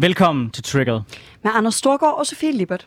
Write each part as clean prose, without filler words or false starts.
Velkommen til Triggered. Med Anders Storgård og Sofie Lippert.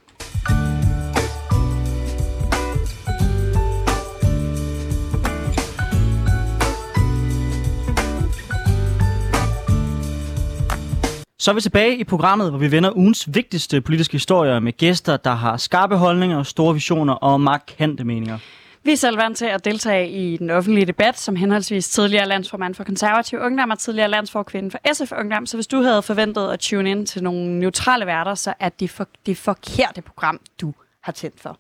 Så er vi tilbage i programmet, hvor vi vender ugens vigtigste politiske historier med gæster, der har skarpe holdninger, store visioner og markante meninger. Vi er selv vant til at deltage i den offentlige debat, som henholdsvis tidligere landsformand for Konservativ Ungdom og tidligere landsforkvinde for SF Ungdom. Så hvis du havde forventet at tune ind til nogle neutrale værter, så er det forkerte program, du har tændt for.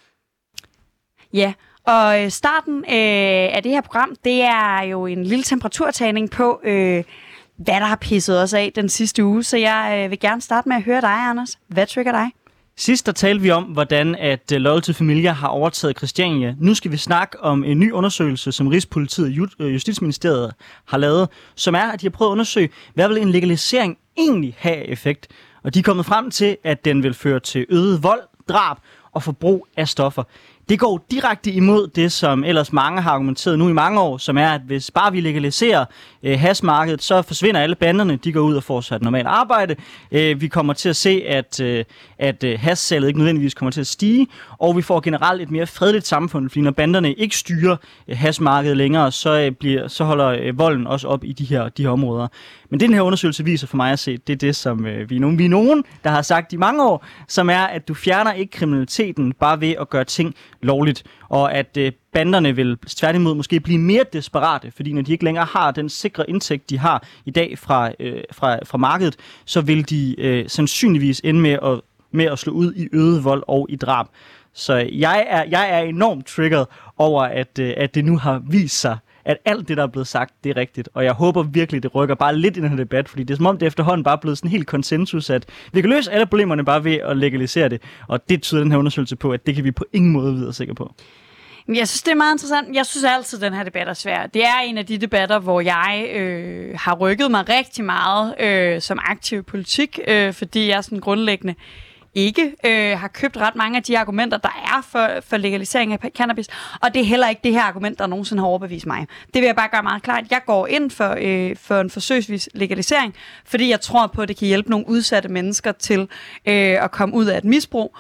Ja, og starten af det her program, det er jo en lille temperaturtagning på, hvad der har pisset os af den sidste uge. Så jeg vil gerne starte med at høre dig, Anders. Hvad trigger dig? Sidst der talte vi om, hvordan at Loyal to Familia har overtaget Christiania. Nu skal vi snakke om en ny undersøgelse, som Rigspolitiet og Justitsministeriet har lavet, som er, at de har prøvet at undersøge, hvad vil en legalisering egentlig have effekt? Og de er kommet frem til, at den vil føre til øget vold, drab og forbrug af stoffer. Det går direkte imod det, som ellers mange har argumenteret nu i mange år, som er, at hvis bare vi legaliserer hashmarkedet, så forsvinder alle banderne. De går ud og får sig et normalt arbejde. Vi kommer til at se, at hashsalget ikke nødvendigvis kommer til at stige, og vi får generelt et mere fredeligt samfund, fordi når banderne ikke styrer hashmarkedet længere, så holder volden også op i de her områder. Men det, den her undersøgelse viser for mig at se, det er det, som vi er nogen, der har sagt i mange år, som er, at du fjerner ikke kriminaliteten bare ved at gøre ting lovligt, og at banderne vil tværtimod måske blive mere desperate, fordi når de ikke længere har den sikre indtægt, de har i dag fra markedet, så vil de sandsynligvis ende med at slå ud i øget vold og i drab. Så jeg er enormt triggeret over, at det nu har vist sig, at alt det, der er blevet sagt, det er rigtigt. Og jeg håber virkelig, det rykker bare lidt i den her debat, fordi det er som om, det efterhånden bare er blevet sådan helt konsensus, at vi kan løse alle problemerne bare ved at legalisere det. Og det tyder den her undersøgelse på, at det kan vi på ingen måde vide sikre på. Jeg synes, det er meget interessant. Jeg synes altid, at den her debat er svær. Det er en af de debatter, hvor jeg har rykket mig rigtig meget som aktiv politik, fordi jeg sådan grundlæggende ikke har købt ret mange af de argumenter, der er for legalisering af cannabis. Og det er heller ikke det her argument, der nogensinde har overbevist mig. Det vil jeg bare gøre meget klart. Jeg går ind for en forsøgsvis legalisering, fordi jeg tror på, at det kan hjælpe nogle udsatte mennesker til at komme ud af et misbrug,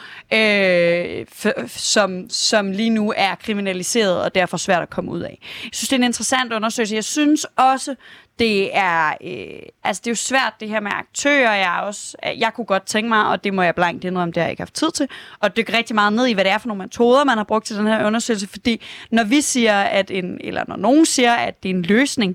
som lige nu er kriminaliseret og derfor svært at komme ud af. Jeg synes, det er en interessant undersøgelse. Jeg synes også, det er jo svært det her med aktører. Jeg kunne godt tænke mig, og det må jeg blankt indrømme, det har jeg ikke haft tid til, at dykke rigtig meget ned i, hvad det er for nogle metoder, man har brugt til den her undersøgelse, fordi når vi siger, når nogen siger, at det er en løsning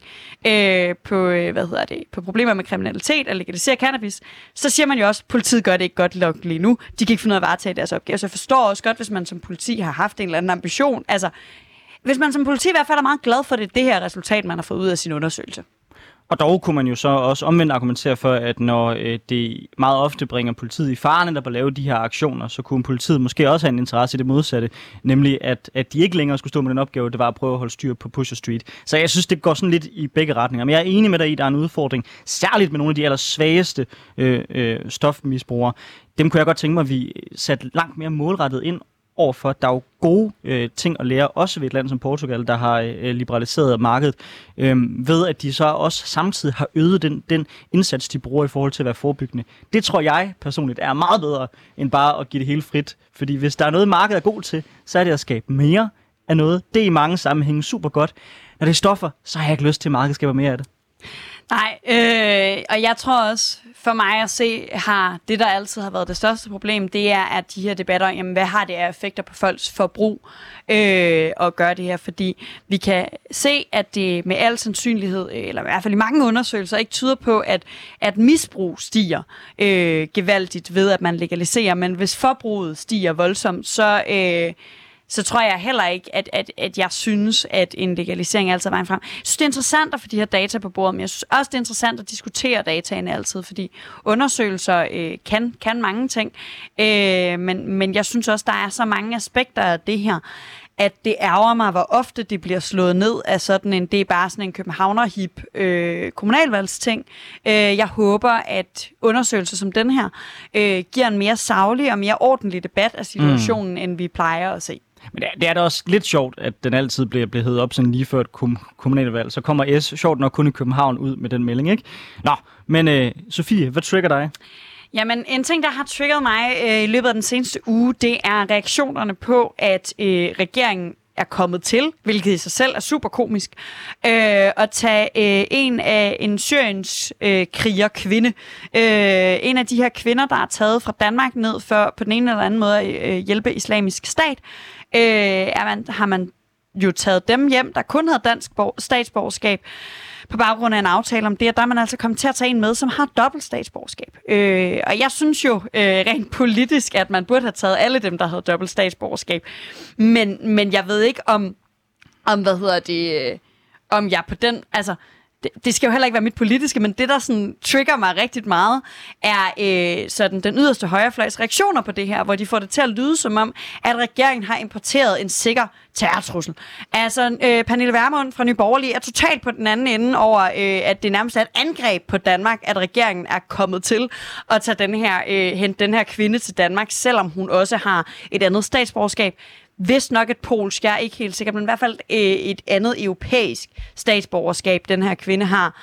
på problemer med kriminalitet at legalisere cannabis, så siger man jo også, at politiet gør det ikke godt nok lige nu. De kan ikke finde ud af at varetage deres opgave. Så jeg forstår også godt, hvis man som politi har haft en eller anden ambition. Altså, hvis man som politi i hvert fald er meget glad for det her resultat, man har fået ud af sin undersøgelse. Og dog kunne man jo så også omvendt argumentere for, at når det meget ofte bringer politiet i fare, der bør lave de her aktioner, så kunne politiet måske også have en interesse i det modsatte, nemlig at de ikke længere skulle stå med den opgave, det var at prøve at holde styr på Pusher Street. Så jeg synes, det går sådan lidt i begge retninger. Men jeg er enig med dig i, der er en udfordring, særligt med nogle af de allersvageste stofmisbrugere. Dem kunne jeg godt tænke mig, at vi satte langt mere målrettet ind overfor. Der er jo gode ting at lære, også ved et land som Portugal, der har liberaliseret markedet, ved at de så også samtidig har øget den indsats, de bruger i forhold til at være forebyggende. Det tror jeg personligt er meget bedre, end bare at give det hele frit. Fordi hvis der er noget, markedet er god til, så er det at skabe mere af noget. Det er i mange sammenhænge super godt. Når det er stoffer, så har jeg ikke lyst til, at markedet skaber mere af det. Nej, og jeg tror også, for mig at se, har det, der altid har været det største problem, det er, at de her debatter, jamen, hvad har det af effekter på folks forbrug at gøre det her? Fordi vi kan se, at det med al sandsynlighed, eller i hvert fald i mange undersøgelser, ikke tyder på, at misbrug stiger gevaldigt ved, at man legaliserer. Men hvis forbruget stiger voldsomt, så tror jeg heller ikke, at jeg synes, at en legalisering altid er vejen frem. Jeg synes, det er interessant at få de her data på bordet, men jeg synes også, det er interessant at diskutere dataene altid, fordi undersøgelser kan mange ting, men jeg synes også, der er så mange aspekter af det her, at det ærger mig, hvor ofte det bliver slået ned af det er bare sådan en københavner-hip kommunalvalgsting. Jeg håber, at undersøgelser som den her giver en mere saglig og mere ordentlig debat af situationen, end vi plejer at se. Men det er da også lidt sjovt, at den altid bliver hævet op sådan lige før et kommunalvalg. Så kommer S sjovt nok kun i København ud med den melding, ikke? Nå, men Sofie, hvad trigger dig? Jamen, en ting, der har triggeret mig i løbet af den seneste uge, det er reaktionerne på, at regeringen er kommet til, hvilket i sig selv er super komisk, at tage en Syriens krigerkvinde, en af de her kvinder, der er taget fra Danmark ned for på den ene eller anden måde at hjælpe Islamisk Stat, har man jo taget dem hjem, der kun havde dansk statsborgerskab, på baggrund af en aftale om det, og der er man altså kommet til at tage en med, som har dobbelt statsborgerskab. Og jeg synes jo rent politisk, at man burde have taget alle dem, der havde dobbelt statsborgerskab. Men jeg ved ikke om om jeg på den, altså det skal jo heller ikke være mit politiske, men det, der sådan trigger mig rigtig meget, er sådan den yderste højrefløjs reaktioner på det her, hvor de får det til at lyde som om, at regeringen har importeret en sikker terrortrussel. Altså, Pernille Vermund fra Nye Borgerlige er totalt på den anden ende over, at det nærmest er et angreb på Danmark, at regeringen er kommet til at tage hente den her kvinde til Danmark, selvom hun også har et andet statsborgerskab. Vist nok et polsk, jeg er ikke helt sikker, men i hvert fald et andet europæisk statsborgerskab, den her kvinde har,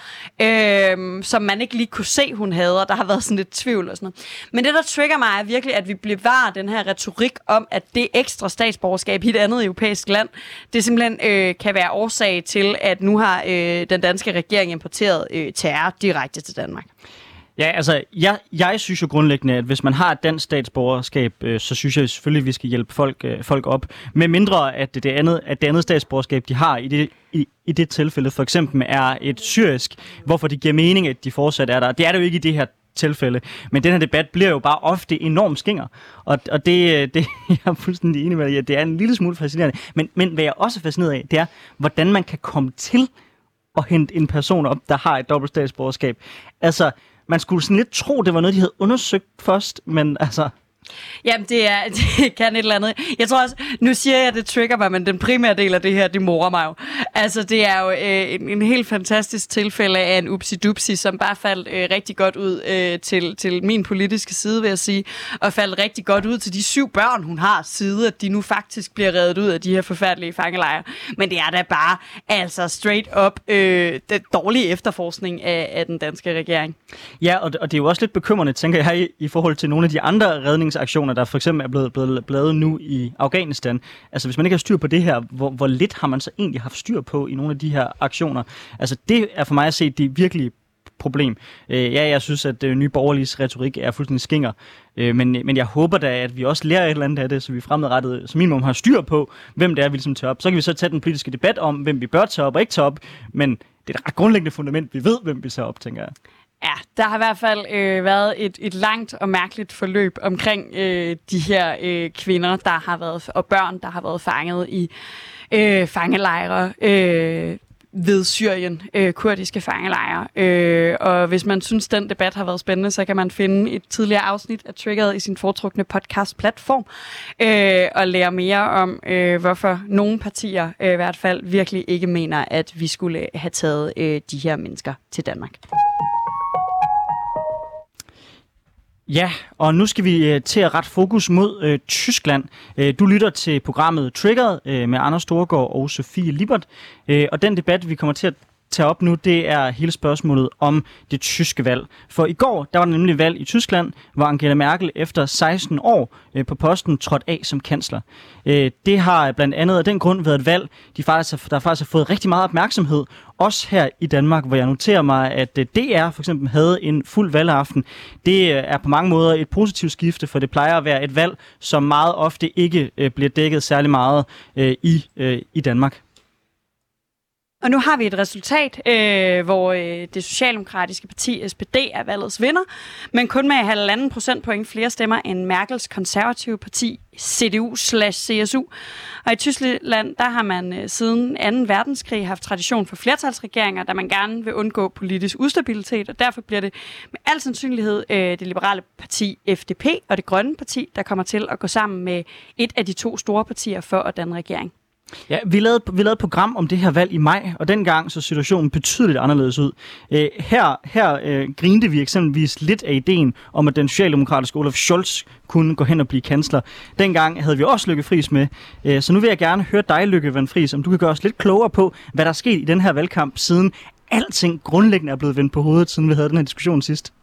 som man ikke lige kunne se, hun havde, og der har været sådan lidt tvivl og sådan noget. Men det, der trigger mig, er virkelig, at vi bevarer den her retorik om, at det ekstra statsborgerskab i et andet europæisk land, det simpelthen kan være årsag til, at nu har den danske regering importeret terror direkte til Danmark. Ja, altså, jeg synes jo grundlæggende, at hvis man har et dansk statsborgerskab, så synes jeg selvfølgelig, at vi skal hjælpe folk op. Med mindre, at det andet statsborgerskab, de har i det tilfælde, for eksempel er et syrisk, hvorfor det giver mening, at de fortsat er der. Det er det jo ikke i det her tilfælde. Men den her debat bliver jo bare ofte enormt skinger. Og det jeg er fuldstændig enig med dig, at det er en lille smule fascinerende. Men hvad jeg også er fascineret af, det er, hvordan man kan komme til at hente en person op, der har et dobbelt statsborgerskab. Altså, man skulle sådan lidt tro, det var noget, de havde undersøgt først, men altså... Jamen, det kan et eller andet. Jeg tror også, nu siger jeg, at det trigger mig, men den primære del af det her, det morer mig jo. Altså, det er jo en helt fantastisk tilfælde af en upsi-dupsi, som bare faldt rigtig godt ud til min politiske side, vil jeg sige, og faldt rigtig godt ud til de 7 børn, hun har side, at de nu faktisk bliver reddet ud af de her forfærdelige fangelejre. Men det er da bare, altså, straight up, den dårlige efterforskning af den danske regering. Ja, og det er jo også lidt bekymrende, tænker jeg, i forhold til nogle af de andre redningsaktioner, der for eksempel er blevet lavet nu i Afghanistan. Altså, hvis man ikke har styr på det her, hvor lidt har man så egentlig haft styr på i nogle af de her aktioner? Altså, det er for mig at se det virkelige problem. Jeg synes, at Nye Borgerliges retorik er fuldstændig skinger. Men jeg håber da, at vi også lærer et eller andet af det, så vi fremadrettet som minimum har styr på, hvem det er, vi ligesom tager op. Så kan vi så tage den politiske debat om, hvem vi bør tage op og ikke tage op. Men det er et ret grundlæggende fundament, vi ved, hvem vi tager op, tænker jeg. Ja, der har i hvert fald været et langt og mærkeligt forløb omkring de her kvinder, der har været, og børn, der har været fanget i fangelejre ved Syrien, kurdiske fangelejre. Og hvis man synes, den debat har været spændende, så kan man finde et tidligere afsnit af Triggered i sin foretrukne podcast-platform og lære mere om, hvorfor nogle partier i hvert fald virkelig ikke mener, at vi skulle have taget de her mennesker til Danmark. Ja, og nu skal vi til at rette fokus mod Tyskland. Du lytter til programmet Triggered med Anders Storgård og Sofie Lippert. Og den debat, vi kommer til at tage op nu, det er hele spørgsmålet om det tyske valg. For i går, der var der nemlig valg i Tyskland, hvor Angela Merkel efter 16 år på posten trådte af som kansler. Det har blandt andet af den grund været et valg, der faktisk har fået rigtig meget opmærksomhed, også her i Danmark, hvor jeg noterer mig, at DR for eksempel havde en fuld valgaften. Det er på mange måder et positivt skifte, for det plejer at være et valg, som meget ofte ikke bliver dækket særlig meget i Danmark. Og nu har vi et resultat, hvor det socialdemokratiske parti SPD er valgets vinder, men kun med 1,5 procentpoint flere stemmer end Merkels konservative parti CDU/CSU. Og i Tyskland, der har man siden 2. verdenskrig haft tradition for flertalsregeringer, da man gerne vil undgå politisk ustabilitet, og derfor bliver det med al sandsynlighed det liberale parti FDP og det grønne parti, der kommer til at gå sammen med et af de 2 store partier for at danne regering. Ja, vi lavede et program om det her valg i maj, og dengang så situationen betydeligt anderledes ud. Her grinte vi eksempelvis lidt af ideen om, at den socialdemokratiske Olaf Scholz kunne gå hen og blive kansler. Dengang havde vi også Lykke Friis med, så nu vil jeg gerne høre dig, Lykke Van Friis, om du kan gøre os lidt klogere på, hvad der er sket i den her valgkamp, siden alting grundlæggende er blevet vendt på hovedet, siden vi havde den her diskussion sidst.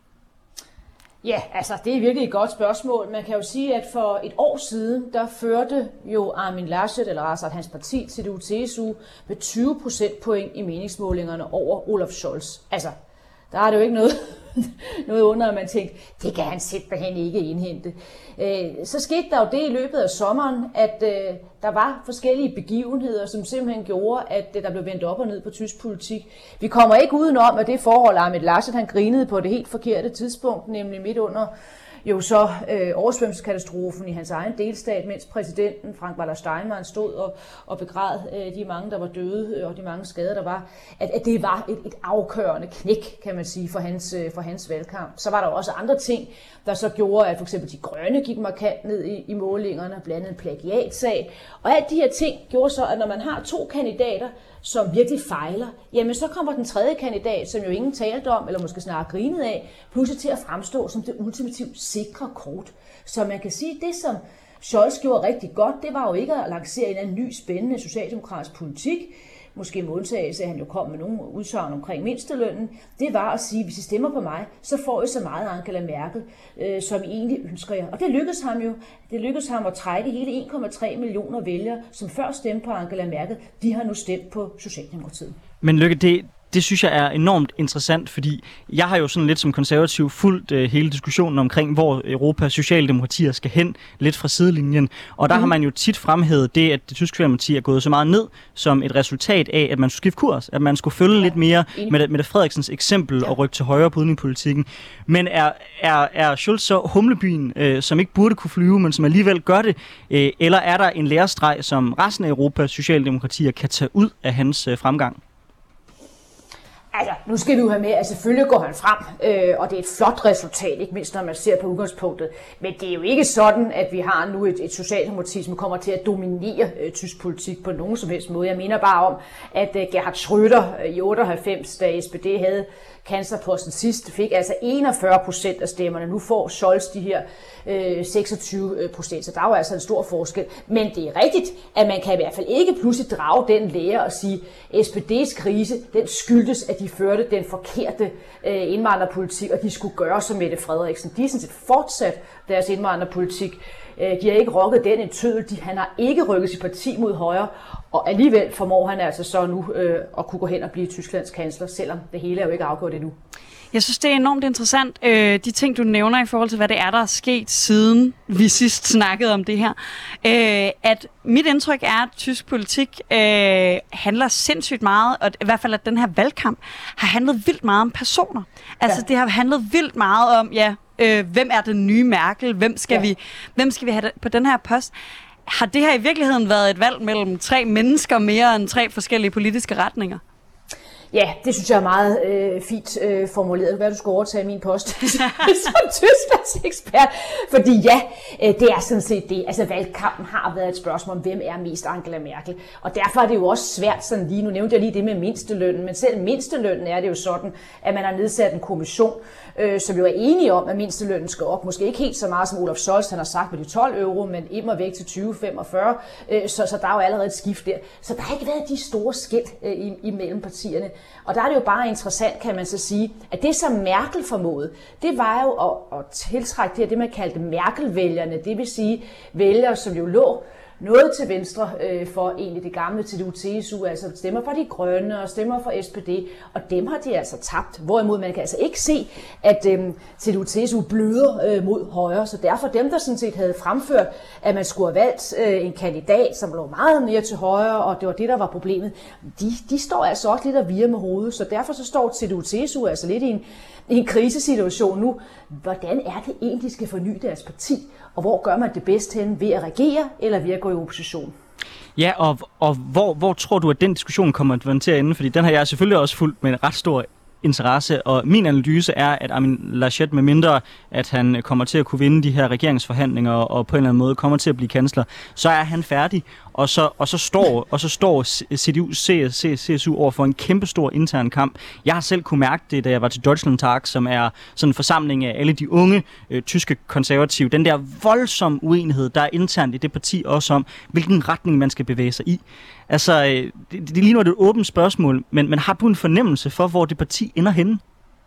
Ja, altså det er virkelig et godt spørgsmål. Man kan jo sige, at for et år siden, der førte jo Armin Laschet, eller altså hans parti, CDU-CSU, med 20 procentpoint i meningsmålingerne over Olaf Scholz. Altså, der er det jo ikke noget under, at man tænkte, det kan han simpelthen ikke indhente. Så skete der jo det i løbet af sommeren, at der var forskellige begivenheder, som simpelthen gjorde, at der blev vendt op og ned på tysk politik. Vi kommer ikke udenom, at det forhold, Armin Laschet, han grinede på det helt forkerte tidspunkt, nemlig midt under så oversvømmelseskatastrofen i hans egen delstat, mens præsidenten Frank-Walter Steinmeier stod og begræd de mange, der var døde, og de mange skader, der var, at det var et afgørende knæk, kan man sige, for hans valgkamp. Så var der også andre ting, der så gjorde, at for eksempel de grønne gik markant ned i målingerne, blandt andet en plagiatsag. Og alt de her ting gjorde så, at når man har to kandidater, som virkelig fejler, jamen så kommer den tredje kandidat, som jo ingen talte om, eller måske snarere grinede af, pludselig til at fremstå som det ultimativt sikre kort. Så man kan sige, at det, som Scholz gjorde rigtig godt, det var jo ikke at lancere en anden ny spændende socialdemokratisk politik, måske med undtagelse, at han jo kom med nogle udsagn omkring mindstelønnen, det var at sige, hvis I stemmer på mig, så får I så meget Angela Merkel, som I egentlig ønsker jer. Og det lykkedes ham jo. Det lykkedes ham at trække hele 1,3 millioner vælgere, som før stemte på Angela Merkel. De har nu stemt på Socialdemokratiet. Men Lykke, det synes jeg er enormt interessant, fordi jeg har jo sådan lidt som konservativ fulgt hele diskussionen omkring, hvor Europas socialdemokratier skal hen lidt fra sidelinjen. Og der har man jo tit fremhævet det, at det tyske socialdemokrati er gået så meget ned som et resultat af, at man skulle skifte kurs. At man skulle følge lidt mere med Mette Frederiksens eksempel og rykke til højre på udenrigspolitikken. Men er Scholz så humlebyen, som ikke burde kunne flyve, men som alligevel gør det? Eller er der en lærestreg, som resten af Europas socialdemokratier kan tage ud af hans fremgang? Altså, nu skal vi jo have med, at selvfølgelig går han frem, og det er et flot resultat, ikke mindst når man ser på udgangspunktet. Men det er jo ikke sådan, at vi har nu et socialdemokrati, som kommer til at dominere tysk politik på nogen som helst måde. Jeg mener bare om, at Gerhard Schröder i 98, da SPD havde kanslerposten sidst, fik altså 41% af stemmerne. Nu får Scholz de her 26%, så der er jo altså en stor forskel. Men det er rigtigt, at man kan i hvert fald ikke pludselig drage den lære og sige, at SPD's krise, den skyldes, at de førte den forkerte indvandrerpolitik, og de skulle gøre som Mette Frederiksen. De er sådan set fortsat deres indvandrerpolitik. De har ikke rokket den en tødel, han har ikke rykket sit parti mod højre, og alligevel formår han altså så nu at kunne gå hen og blive Tysklands kansler, selvom det hele er jo ikke afgjort endnu. Jeg synes, det er enormt interessant, de ting, du nævner i forhold til, hvad det er, der er sket, siden vi sidst snakkede om det her. At mit indtryk er, at tysk politik handler sindssygt meget, og i hvert fald, at den her valgkamp har handlet vildt meget om personer. Altså, det har handlet vildt meget om, hvem er den nye Merkel? Hvem skal vi have på den her post? Har det her i virkeligheden været et valg mellem 3 mennesker mere end 3 forskellige politiske retninger? Ja, det synes jeg er meget fint formuleret. Hvad du skal overtage min post som Tysklands ekspert. Fordi det er sådan set det. Altså valgkampen har været et spørgsmål om, hvem er mest Angela Merkel. Og derfor er det jo også svært sådan lige. Nu nævnte jeg lige det med mindstelønnen, men selv mindstelønnen er det jo sådan, at man har nedsat en kommission, som jo er enige om, at mindstelønnen skal op. Måske ikke helt så meget som Olaf Scholz, han har sagt med de 12 euro, men immer væk til 2045. Så der er jo allerede et skift der. Så der har ikke været de store skel imellem partierne. Og der er det jo bare interessant, kan man så sige, at det som Merkel formåede, det var jo at tiltrække det man kaldte Merkel-vælgerne. Det vil sige vælgere, som jo lå noget til venstre for egentlig det gamle CDU-CSU, altså stemmer for de grønne og stemmer for SPD, og dem har de altså tabt. Hvorimod man kan altså ikke se, at CDU-CSU bløder mod højre, så derfor dem, der sådan set havde fremført, at man skulle have valgt en kandidat, som lå meget mere til højre, og det var det, der var problemet, de står altså også lidt og virrer med hovedet, så derfor så står CDU-CSU altså lidt i en krisesituation nu. Hvordan er det egentlig, de skal forny deres parti? Og hvor gør man det bedst hen? Ved at regere eller ved at gå i opposition? Ja, og hvor tror du, at den diskussion kommer til at ende? Fordi den har jeg selvfølgelig også fulgt med en ret stor interesse, og min analyse er, at Armin Laschet, med mindre at han kommer til at kunne vinde de her regeringsforhandlinger og på en eller anden måde kommer til at blive kansler, så er han færdig, og så står CDU-CSU over for en kæmpestor intern kamp. Jeg har selv kunne mærke det, da jeg var til Deutschlandtag, som er sådan en forsamling af alle de unge tyske konservative. Den der voldsomme uenighed, der er internt i det parti også om, hvilken retning man skal bevæge sig i. Altså, det lige nu er det et åbent spørgsmål, men har du en fornemmelse for, hvor det parti ender henne?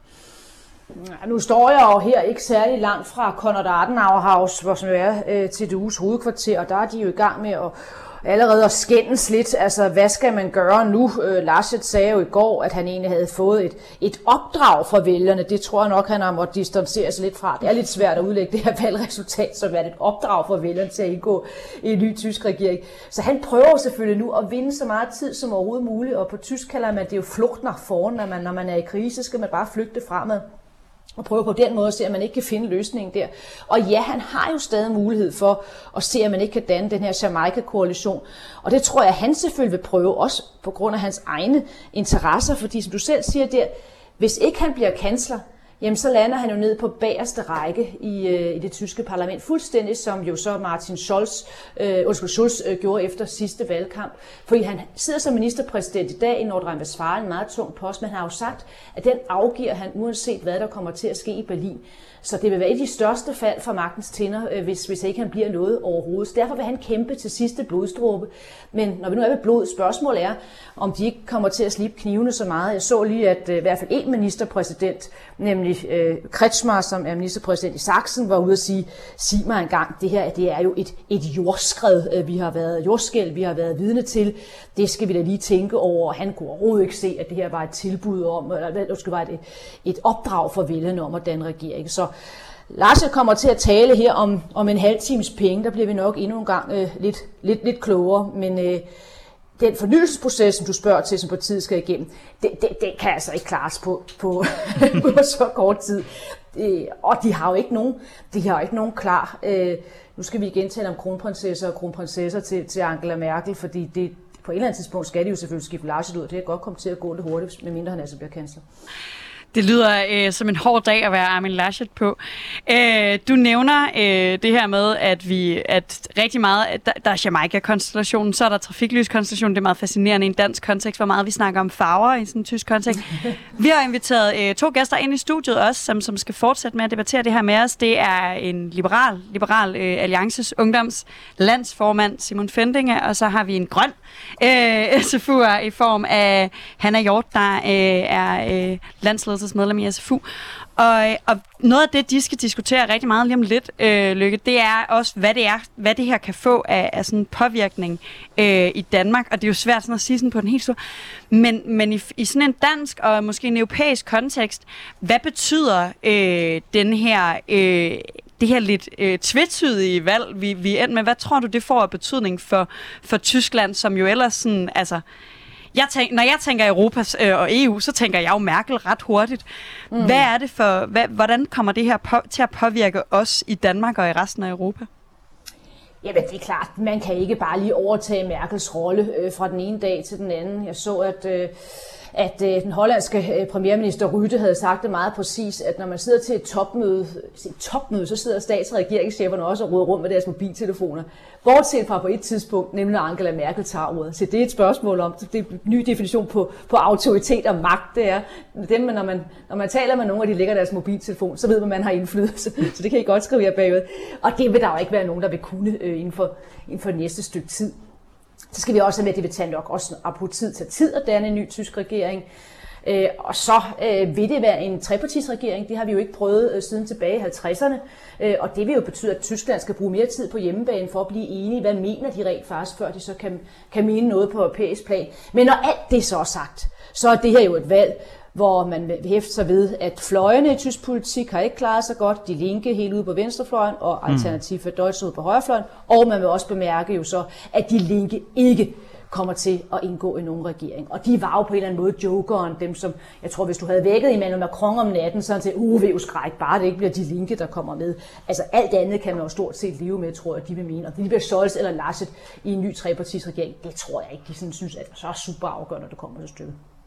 Ja, nu står jeg jo her ikke særlig langt fra Konrad Adenauer House, hvor som er CDU's hovedkvarter, og der er de jo i gang med at allerede at skændes lidt. Altså, hvad skal man gøre nu? Laschet sagde jo i går, at han egentlig havde fået et opdrag fra vælgerne. Det tror jeg nok, han har måttet distancere sig lidt fra. Det er lidt svært at udlægge det her valgresultat, som er et opdrag fra vælgerne til at indgå i en ny tysk regering. Så han prøver selvfølgelig nu at vinde så meget tid som overhovedet muligt, og på tysk kalder man det jo flugt nach vorn. Når man er i krise, skal man bare flygte fremad. Og prøve på den måde at se, at man ikke kan finde løsningen der. Og ja, han har jo stadig mulighed for at se, at man ikke kan danne den her Jamaica-koalition. Og det tror jeg, han selvfølgelig vil prøve, også på grund af hans egne interesser. Fordi som du selv siger der, hvis ikke han bliver kansler, jamen så lander han jo ned på bagerste række i det tyske parlament. Fuldstændig som jo så Martin Schulz gjorde efter sidste valgkamp. Fordi han sidder som ministerpræsident i dag i Nordrhein-Westfalen, en meget tung post, men han har jo sagt, at den afgiver han uanset hvad der kommer til at ske i Berlin. Så det vil være et af de største fald fra magtens tinder, hvis ikke han bliver noget overhovedet. Så derfor vil han kæmpe til sidste blodstråbe. Men når vi nu er ved blod, spørgsmålet er, om de ikke kommer til at slippe knivene så meget. Jeg så lige, at i hvert fald en ministerpræsident, nemlig Kretschmer, som er ministerpræsident i Sachsen, var ude at sige, sig mig engang, det her det er jo et jordskred, jordskælv, vi har været vidne til. Det skal vi da lige tænke over. Han kunne overhovedet ikke se, at det her var et tilbud om, eller det skulle være et opdrag for vælgerne om at danne regering. Så Laschet kommer til at tale her om en halv times penge. Der bliver vi nok endnu en gang lidt klogere. Men den fornyelsesproces, som du spørger til, som partiet skal igennem, det kan altså ikke klares på så kort tid. Og de har jo ikke nogen klar. Nu skal vi igen tale om kronprinsesser og kronprinsesser til Angela Merkel, fordi det på et eller andet tidspunkt skal de jo selvfølgelig skifte Laschet ud. Det kan godt komme til at gå lidt hurtigt, medmindre han altså bliver kansler. Det lyder som en hård dag at være Armin Laschet på. Du nævner det her med, at rigtig meget, der er Jamaica-konstellationen, så er der trafiklyskonstellationen. Det er meget fascinerende i en dansk kontekst, hvor meget vi snakker om farver i sådan en tysk kontekst. Vi har inviteret 2 gæster ind i studiet også, som skal fortsætte med at debattere det her med os. Det er en liberal Alliances ungdomslandsformand, Simon Fendinge, og så har vi en grøn SFU'er i form af Hanna Hjort, der er landsledelsesmedlem i SFU. Og noget af det, de skal diskutere rigtig meget lige om lidt, Lykke, det er også, hvad det her kan få af sådan en påvirkning i Danmark. Og det er jo svært sådan at sige sådan på den helt store. Men i sådan en dansk og måske en europæisk kontekst, hvad betyder det her lidt tvetydige valg, vi er endt med? Hvad tror du, det får af betydning for Tyskland, som jo ellers sådan, altså... Når jeg tænker Europa og EU, så tænker jeg jo Merkel ret hurtigt. Hvad er det hvordan kommer det her til at påvirke os i Danmark og i resten af Europa? Jamen det er klart, man kan ikke bare lige overtage Merkels rolle fra den ene dag til den anden. Jeg så, at den hollandske premierminister Rutte havde sagt det meget præcis, at når man sidder til et topmøde, så sidder stats- og regeringscheferne også og roder rundt med deres mobiltelefoner. Bortset fra på et tidspunkt, nemlig når Angela Merkel tager ordet. Så det er et spørgsmål om, det er en ny definition på autoritet og magt. Det er dem, når man taler med nogen, og de lægger deres mobiltelefon, så ved man, at man har indflydelse. Så det kan I godt skrive her bagud. Og det vil der jo ikke være nogen, der vil kunne inden for det næste stykke tid. Så skal vi også have med, at det vil tage nok også tid at danne en ny tysk regering. Og så vil det være en trepartisregering. Det har vi jo ikke prøvet siden tilbage i 50'erne. Og det vil jo betyde, at Tyskland skal bruge mere tid på hjemmebane for at blive enige. Hvad mener de rent faktisk, før de så kan mene noget på europæisk plan. Men når alt det så er sagt, så er det her jo et valg, hvor man vil hæfte sig ved, at fløjene i tysk politik har ikke klaret sig godt. De Linke helt ude på venstrefløjen, og Alternativ for Deutschland ude på højrefløjen. Og man vil også bemærke jo så, at de Linke ikke kommer til at indgå i nogen regering. Og de var jo på en eller anden måde jokeren, dem som, jeg tror, hvis du havde vækket Emmanuel Macron om natten, så han sagde, vil jo skræk, bare det ikke bliver de Linke, der kommer med. Altså alt andet kan man jo stort set leve med, tror jeg, de vil mene. Og det bliver Scholz eller Laschet i en ny trepartisregering, det tror jeg ikke, de sådan synes, at så er super afgørende, når det kommer til stykket.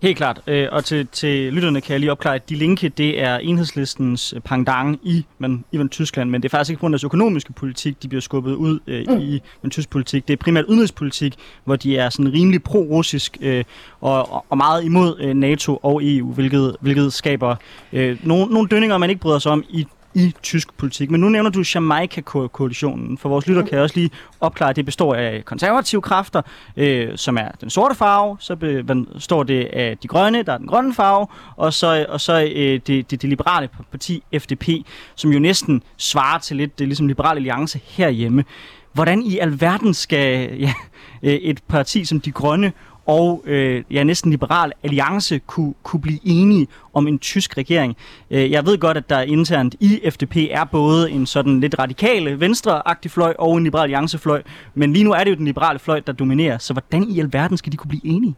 Helt klart. Og til lytterne kan jeg lige opklare, at Die Linke, det er Enhedslistens pendant i Tyskland, men det er faktisk ikke på grund af deres økonomiske politik, de bliver skubbet ud i tysk politik. Det er primært udenrigspolitik, hvor de er sådan rimelig pro-russisk og meget imod NATO og EU, hvilket skaber nogle dønninger, man ikke bryder sig om i tysk politik. Men nu nævner du Jamaica-koalitionen. For vores lytter kan jeg også lige opklare, at det består af konservative kræfter, som er den sorte farve, så består det af de grønne, der er den grønne farve, og så det liberale parti FDP, som jo næsten svarer til lidt ligesom Liberal Alliance herhjemme. Hvordan i alverden skal et parti som de grønne og næsten Liberal Alliance kunne blive enige om en tysk regering? Jeg ved godt, at der internt i FDP er både en sådan lidt radikale, venstreagtig fløj og en Liberal Alliance-fløj, men lige nu er det jo den liberale fløj, der dominerer. Så hvordan i alverden skal de kunne blive enige?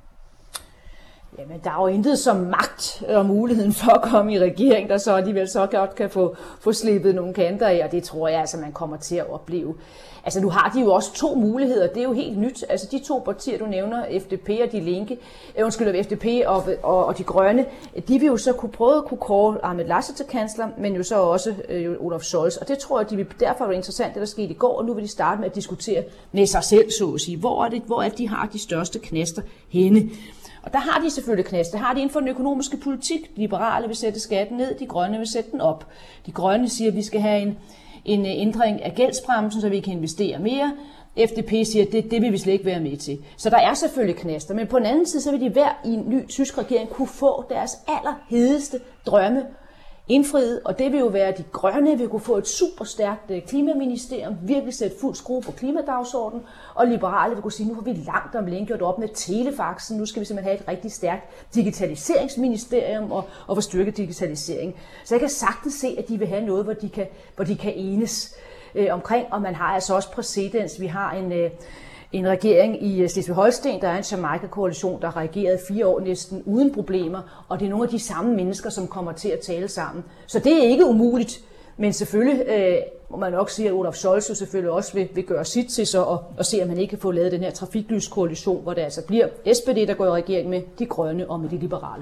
Jamen, der er jo intet som magt og muligheden for at komme i regering, der så alligevel så godt kan få slippet nogle kanter af, og det tror jeg altså, man kommer til at opleve. Altså, nu har de jo også to muligheder, det er jo helt nyt. Altså, de to partier, du nævner, FDP og Die Linke, FDP og de grønne, de vil jo så kunne kåre Ahmed Laschet til kansler, men jo så også Olaf Scholz, og det tror jeg, derfor var det interessant, det der skete i går, og nu vil de starte med at diskutere med sig selv, så at sige, hvor er det, de har de største knaster henne. Og der har de selvfølgelig knaster. Der har de inden for den økonomiske politik. De liberale vil sætte skatten ned, de grønne vil sætte den op. De grønne siger, at vi skal have en ændring af gældsbremsen, så vi kan investere mere. FDP siger, at det vil vi slet ikke være med til. Så der er selvfølgelig knaster, men på den anden side, så vil de hver i en ny tysk regering kunne få deres allerhedeste drømme indfriet, og det vil jo være, at de grønne vil kunne få et super stærkt klimaministerium, virkelig sætte fuld skrue på klimadagsordenen, og liberale vil kunne sige, nu har vi langt om længe gjort op med telefaxen, nu skal vi simpelthen have et rigtig stærkt digitaliseringsministerium og få styrket digitalisering. Så jeg kan sagtens se, at de vil have noget, hvor de kan enes omkring, og man har altså også præcedens. Vi har en regering i Slesvig-Holsten, der er en Jamaica-koalition, der har regeret 4 år næsten uden problemer, og det er nogle af de samme mennesker, som kommer til at tale sammen. Så det er ikke umuligt, men selvfølgelig må man nok sige, at Olaf Scholz jo selvfølgelig også vil gøre sit til så og se, at man ikke kan få lavet den her trafiklyskoalition, hvor det altså bliver SPD, der går i regering med de grønne og med de liberale.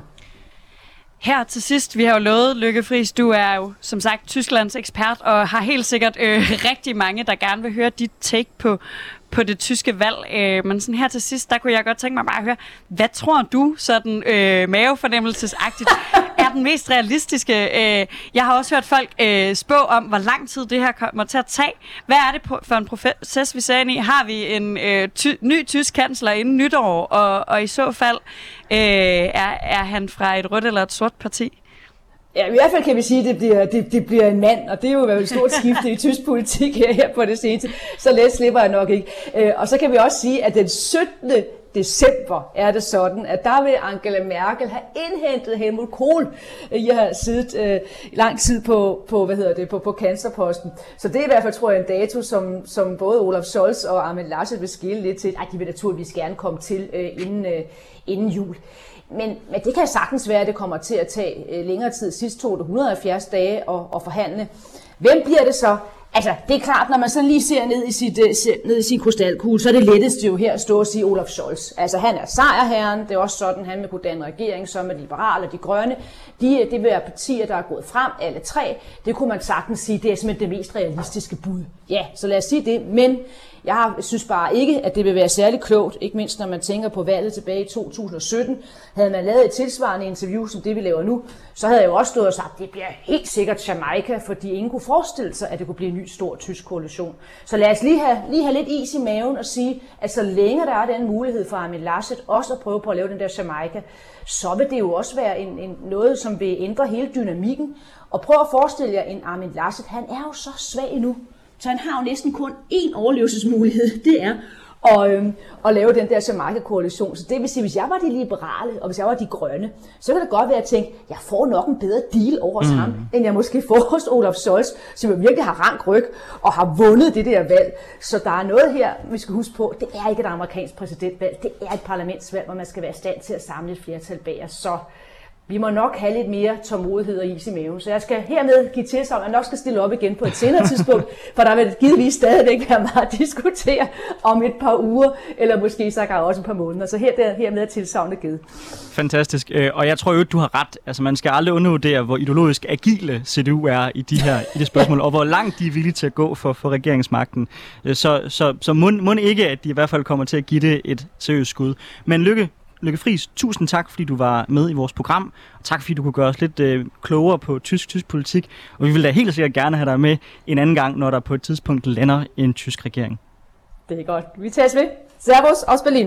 Her til sidst, vi har jo lovet, Lykke Friis, du er jo som sagt Tysklands ekspert, og har helt sikkert rigtig mange, der gerne vil høre dit take på det tyske valg. Men sådan her til sidst, der kunne jeg godt tænke mig bare at høre, hvad tror du sådan mavefornemmelsesagtigt er den mest realistiske? Jeg har også hørt folk spå om, hvor lang tid det her kommer til at tage. Hvad er det for en proces, vi ser ind i? Har vi en ny tysk kansler inden nytår? Og i så fald, er han fra et rødt eller et sort parti? Ja, i hvert fald kan vi sige, at det bliver en mand, og det er jo et stort skifte i tysk politik her på det seneste, så let slipper jeg nok ikke. Og så kan vi også sige, at den 17. december er det sådan, at der vil Angela Merkel have indhentet Helmut Kohl. Jeg har siddet lang tid på kanslerposten. Så det er i hvert fald, tror jeg, en dato, som både Olaf Scholz og Armin Laschet vil skille lidt til. De vil naturligvis gerne komme til inden jul. Men det kan sagtens være, at det kommer til at tage længere tid. Sidst tog det 170 dage at forhandle. Hvem bliver det så? Altså, det er klart, når man så lige ser ned i sin krystalkugle, så er det letteste jo her at stå og sige Olaf Scholz. Altså, han er sejrherren. Det er også sådan, han vil kunne danne regering, så med de liberale og de grønne. Det vil være partier, der er gået frem, alle tre. Det kunne man sagtens sige, det er simpelthen det mest realistiske bud. Ja, så lad os sige det. Men jeg synes bare ikke, at det vil være særlig klogt, ikke mindst når man tænker på valget tilbage i 2017. Havde man lavet et tilsvarende interview, som det vi laver nu, så havde jeg jo også stået og sagt, at det bliver helt sikkert Jamaica, fordi ingen kunne forestille sig, at det kunne blive en ny stor tysk koalition. Så lad os lige have lidt is i maven og sige, at så længe der er den mulighed for Armin Laschet også at prøve på at lave den der Jamaica, så vil det jo også være noget, som vil ændre hele dynamikken. Og prøv at forestille jer en Armin Laschet, han er jo så svag nu. Så han har jo næsten kun én overlevelsesmulighed, det er at lave den der Jamaica-koalition. Så det vil sige, hvis jeg var de liberale, og hvis jeg var de grønne, så kan det godt være at tænke, jeg får nok en bedre deal over hos ham, end jeg måske får hos Olaf Scholz, som jo virkelig har rank ryg og har vundet det der valg. Så der er noget her, vi skal huske på, det er ikke et amerikansk præsidentvalg, det er et parlamentsvalg, hvor man skal være i stand til at samle et flertal bag os. Så vi må nok have lidt mere tålmodighed og is i maven. Så jeg skal hermed give til sig, at jeg nok skal stille op igen på et senere tidspunkt, for der vil givetvis stadigvæk være meget at diskutere om et par uger, eller måske sågar også et par måneder. Så hermed er tilsagnet givet. Fantastisk. Og jeg tror jo, at du har ret. Altså, man skal aldrig undervurdere, hvor ideologisk agile CDU er i det spørgsmål, og hvor langt de er villige til at gå for regeringsmagten. Så må ikke, at de i hvert fald kommer til at give det et seriøst skud. Men Lykke Friis, tusind tak, fordi du var med i vores program. Og tak, fordi du kunne gøre os lidt klogere på tysk politik. Og vi vil da helt sikkert gerne have dig med en anden gang, når der på et tidspunkt lander en tysk regering. Det er godt. Vi tages ved. Servus, aus Berlin.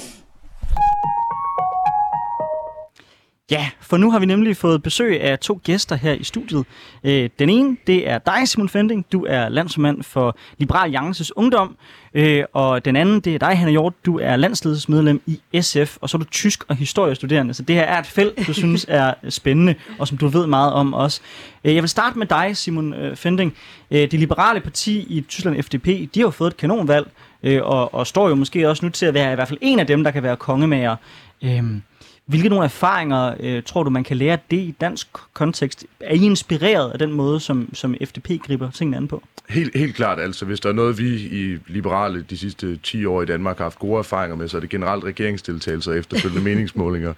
Ja, for nu har vi nemlig fået besøg af 2 gæster her i studiet. Den ene, det er dig, Simon Fending. Du er landsformand for Liberal Alliances Ungdom. Og den anden, det er dig, Hanne Hjort. Du er landsledelsesmedlem i SF, og så er du tysk- og historiestuderende. Så det her er et felt, du synes er spændende, og som du ved meget om også. Jeg vil starte med dig, Simon Fending. Det liberale parti i Tyskland, FDP, de har jo fået et kanonvalg, og står jo måske også nu til at være i hvert fald en af dem, der kan være kongemager. Hvilke nogle erfaringer tror du, man kan lære det i dansk kontekst? Er I inspireret af den måde, som FDP griber tingene an på? Helt klart, altså. Hvis der er noget, vi i liberale de sidste 10 år i Danmark har haft gode erfaringer med, så er det generelt regeringsdeltagelser og efterfølgende meningsmålinger.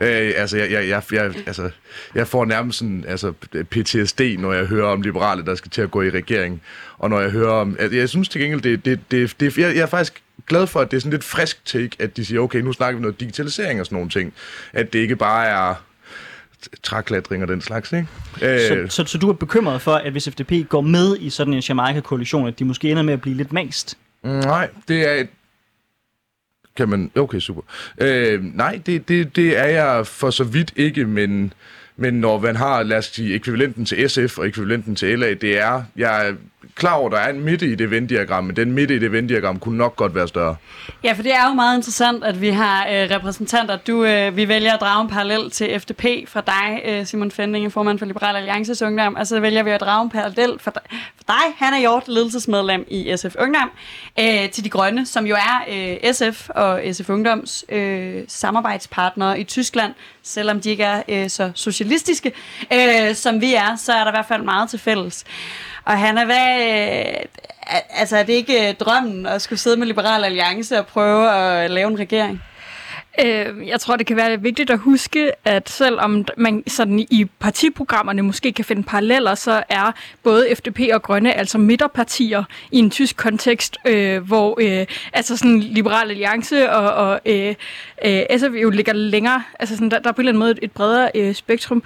Jeg får nærmest sådan, PTSD, når jeg hører om liberale, der skal til at gå i regering. Og når jeg hører om... Jeg synes til gengæld, jeg er faktisk glad for, at det er sådan lidt frisk take, at de siger, okay, nu snakker vi noget digitalisering og sådan nogle ting. At det ikke bare er træklatring og den slags, ikke? Så du er bekymret for, at hvis FDP går med i sådan en Jamaica-koalition, at de måske ender med at blive lidt mast? Nej, det er... Kan man... Okay, super. Nej, det er jeg for så vidt ikke, men når man har, lad os sige, ekvivalenten til SF og ekvivalenten til LA, jeg er klar over, at der er en midte i det Venn-diagram, men den midte i det Venn-diagram kunne nok godt være større. Ja, for det er jo meget interessant, at vi har repræsentanter. Vi vælger at drage en parallel til FDP fra dig, Simon Fending, formand for Liberal Alliances Ungdom, og så vælger vi at drage en parallel for dig, Hanne Hjort, ledelsesmedlem i SF Ungdom, til De Grønne, som jo er SF og SF Ungdoms samarbejdspartnere i Tyskland. Selvom de ikke er så socialistiske, som vi er, så er der i hvert fald meget til fælles. Og Hanna, er det ikke drømmen at skulle sidde med Liberal Alliance og prøve at lave en regering? Jeg tror, det kan være vigtigt at huske, at selvom man sådan i partiprogrammerne måske kan finde paralleller, så er både FDP og Grønne altså midterpartier i en tysk kontekst, hvor sådan Liberal Alliance og SF jo ligger længere, altså sådan, der er på en eller anden måde et bredere spektrum.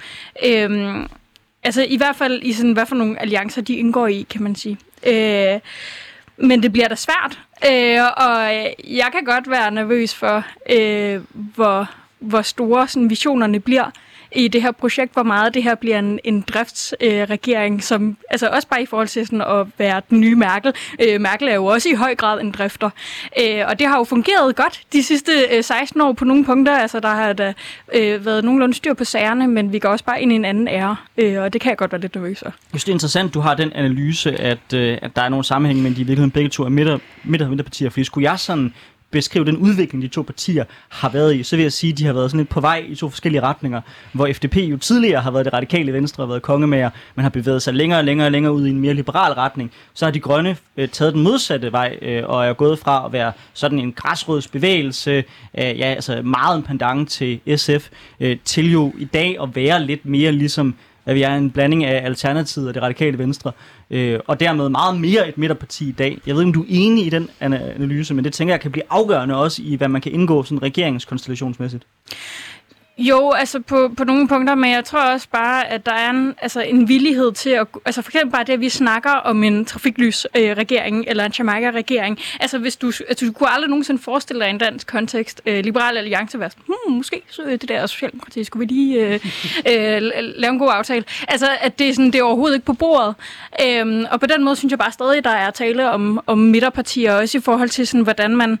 I hvert fald i sådan, hvad for nogle alliancer de indgår i, kan man sige. Men det bliver da svært, og jeg kan godt være nervøs for, hvor store sådan, visionerne bliver i det her projekt, hvor meget det her bliver en driftsregering, som altså også bare i forhold til sådan at være den nye Merkel. Merkel er jo også i høj grad en drifter, og det har jo fungeret godt de sidste 16 år på nogle punkter. Altså der har da været nogenlunde styr på sagerne, men vi går også bare ind i en anden ære, og det kan jeg godt være lidt nervøs for. Jeg synes, det er interessant, du har den analyse, at der er nogle sammenhæng, men de i virkeligheden begge to er midterpartier, fordi skulle jeg sådan beskrive den udvikling, de 2 partier har været i, så vil jeg sige, at de har været sådan lidt på vej i 2 forskellige retninger, hvor FDP jo tidligere har været det radikale venstre og været kongemager, men har bevæget sig længere ud i en mere liberal retning. Så har De Grønne taget den modsatte vej og er gået fra at være sådan en græsrodsbevægelse, meget en pendant til SF, til jo i dag at være lidt mere ligesom at vi er en blanding af Alternativet og det radikale venstre, og dermed meget mere et midterparti i dag. Jeg ved ikke, om du er enig i den analyse, men det tænker jeg kan blive afgørende også i, hvad man kan indgå sådan regeringskonstellationsmæssigt. Jo, altså på nogle punkter, men jeg tror også bare, at der er en villighed til at... Altså for eksempel bare det, at vi snakker om en trafiklysregering eller en Jamaica-regering. Altså hvis du kunne aldrig nogensinde forestille dig i en dansk kontekst, Liberal Alliance være måske så det der Socialdemokrati, skulle vi lige lave en god aftale. Altså at det er, sådan, det er overhovedet ikke på bordet. Og på den måde synes jeg bare stadig, der er tale om midterpartier, også i forhold til sådan, hvordan man...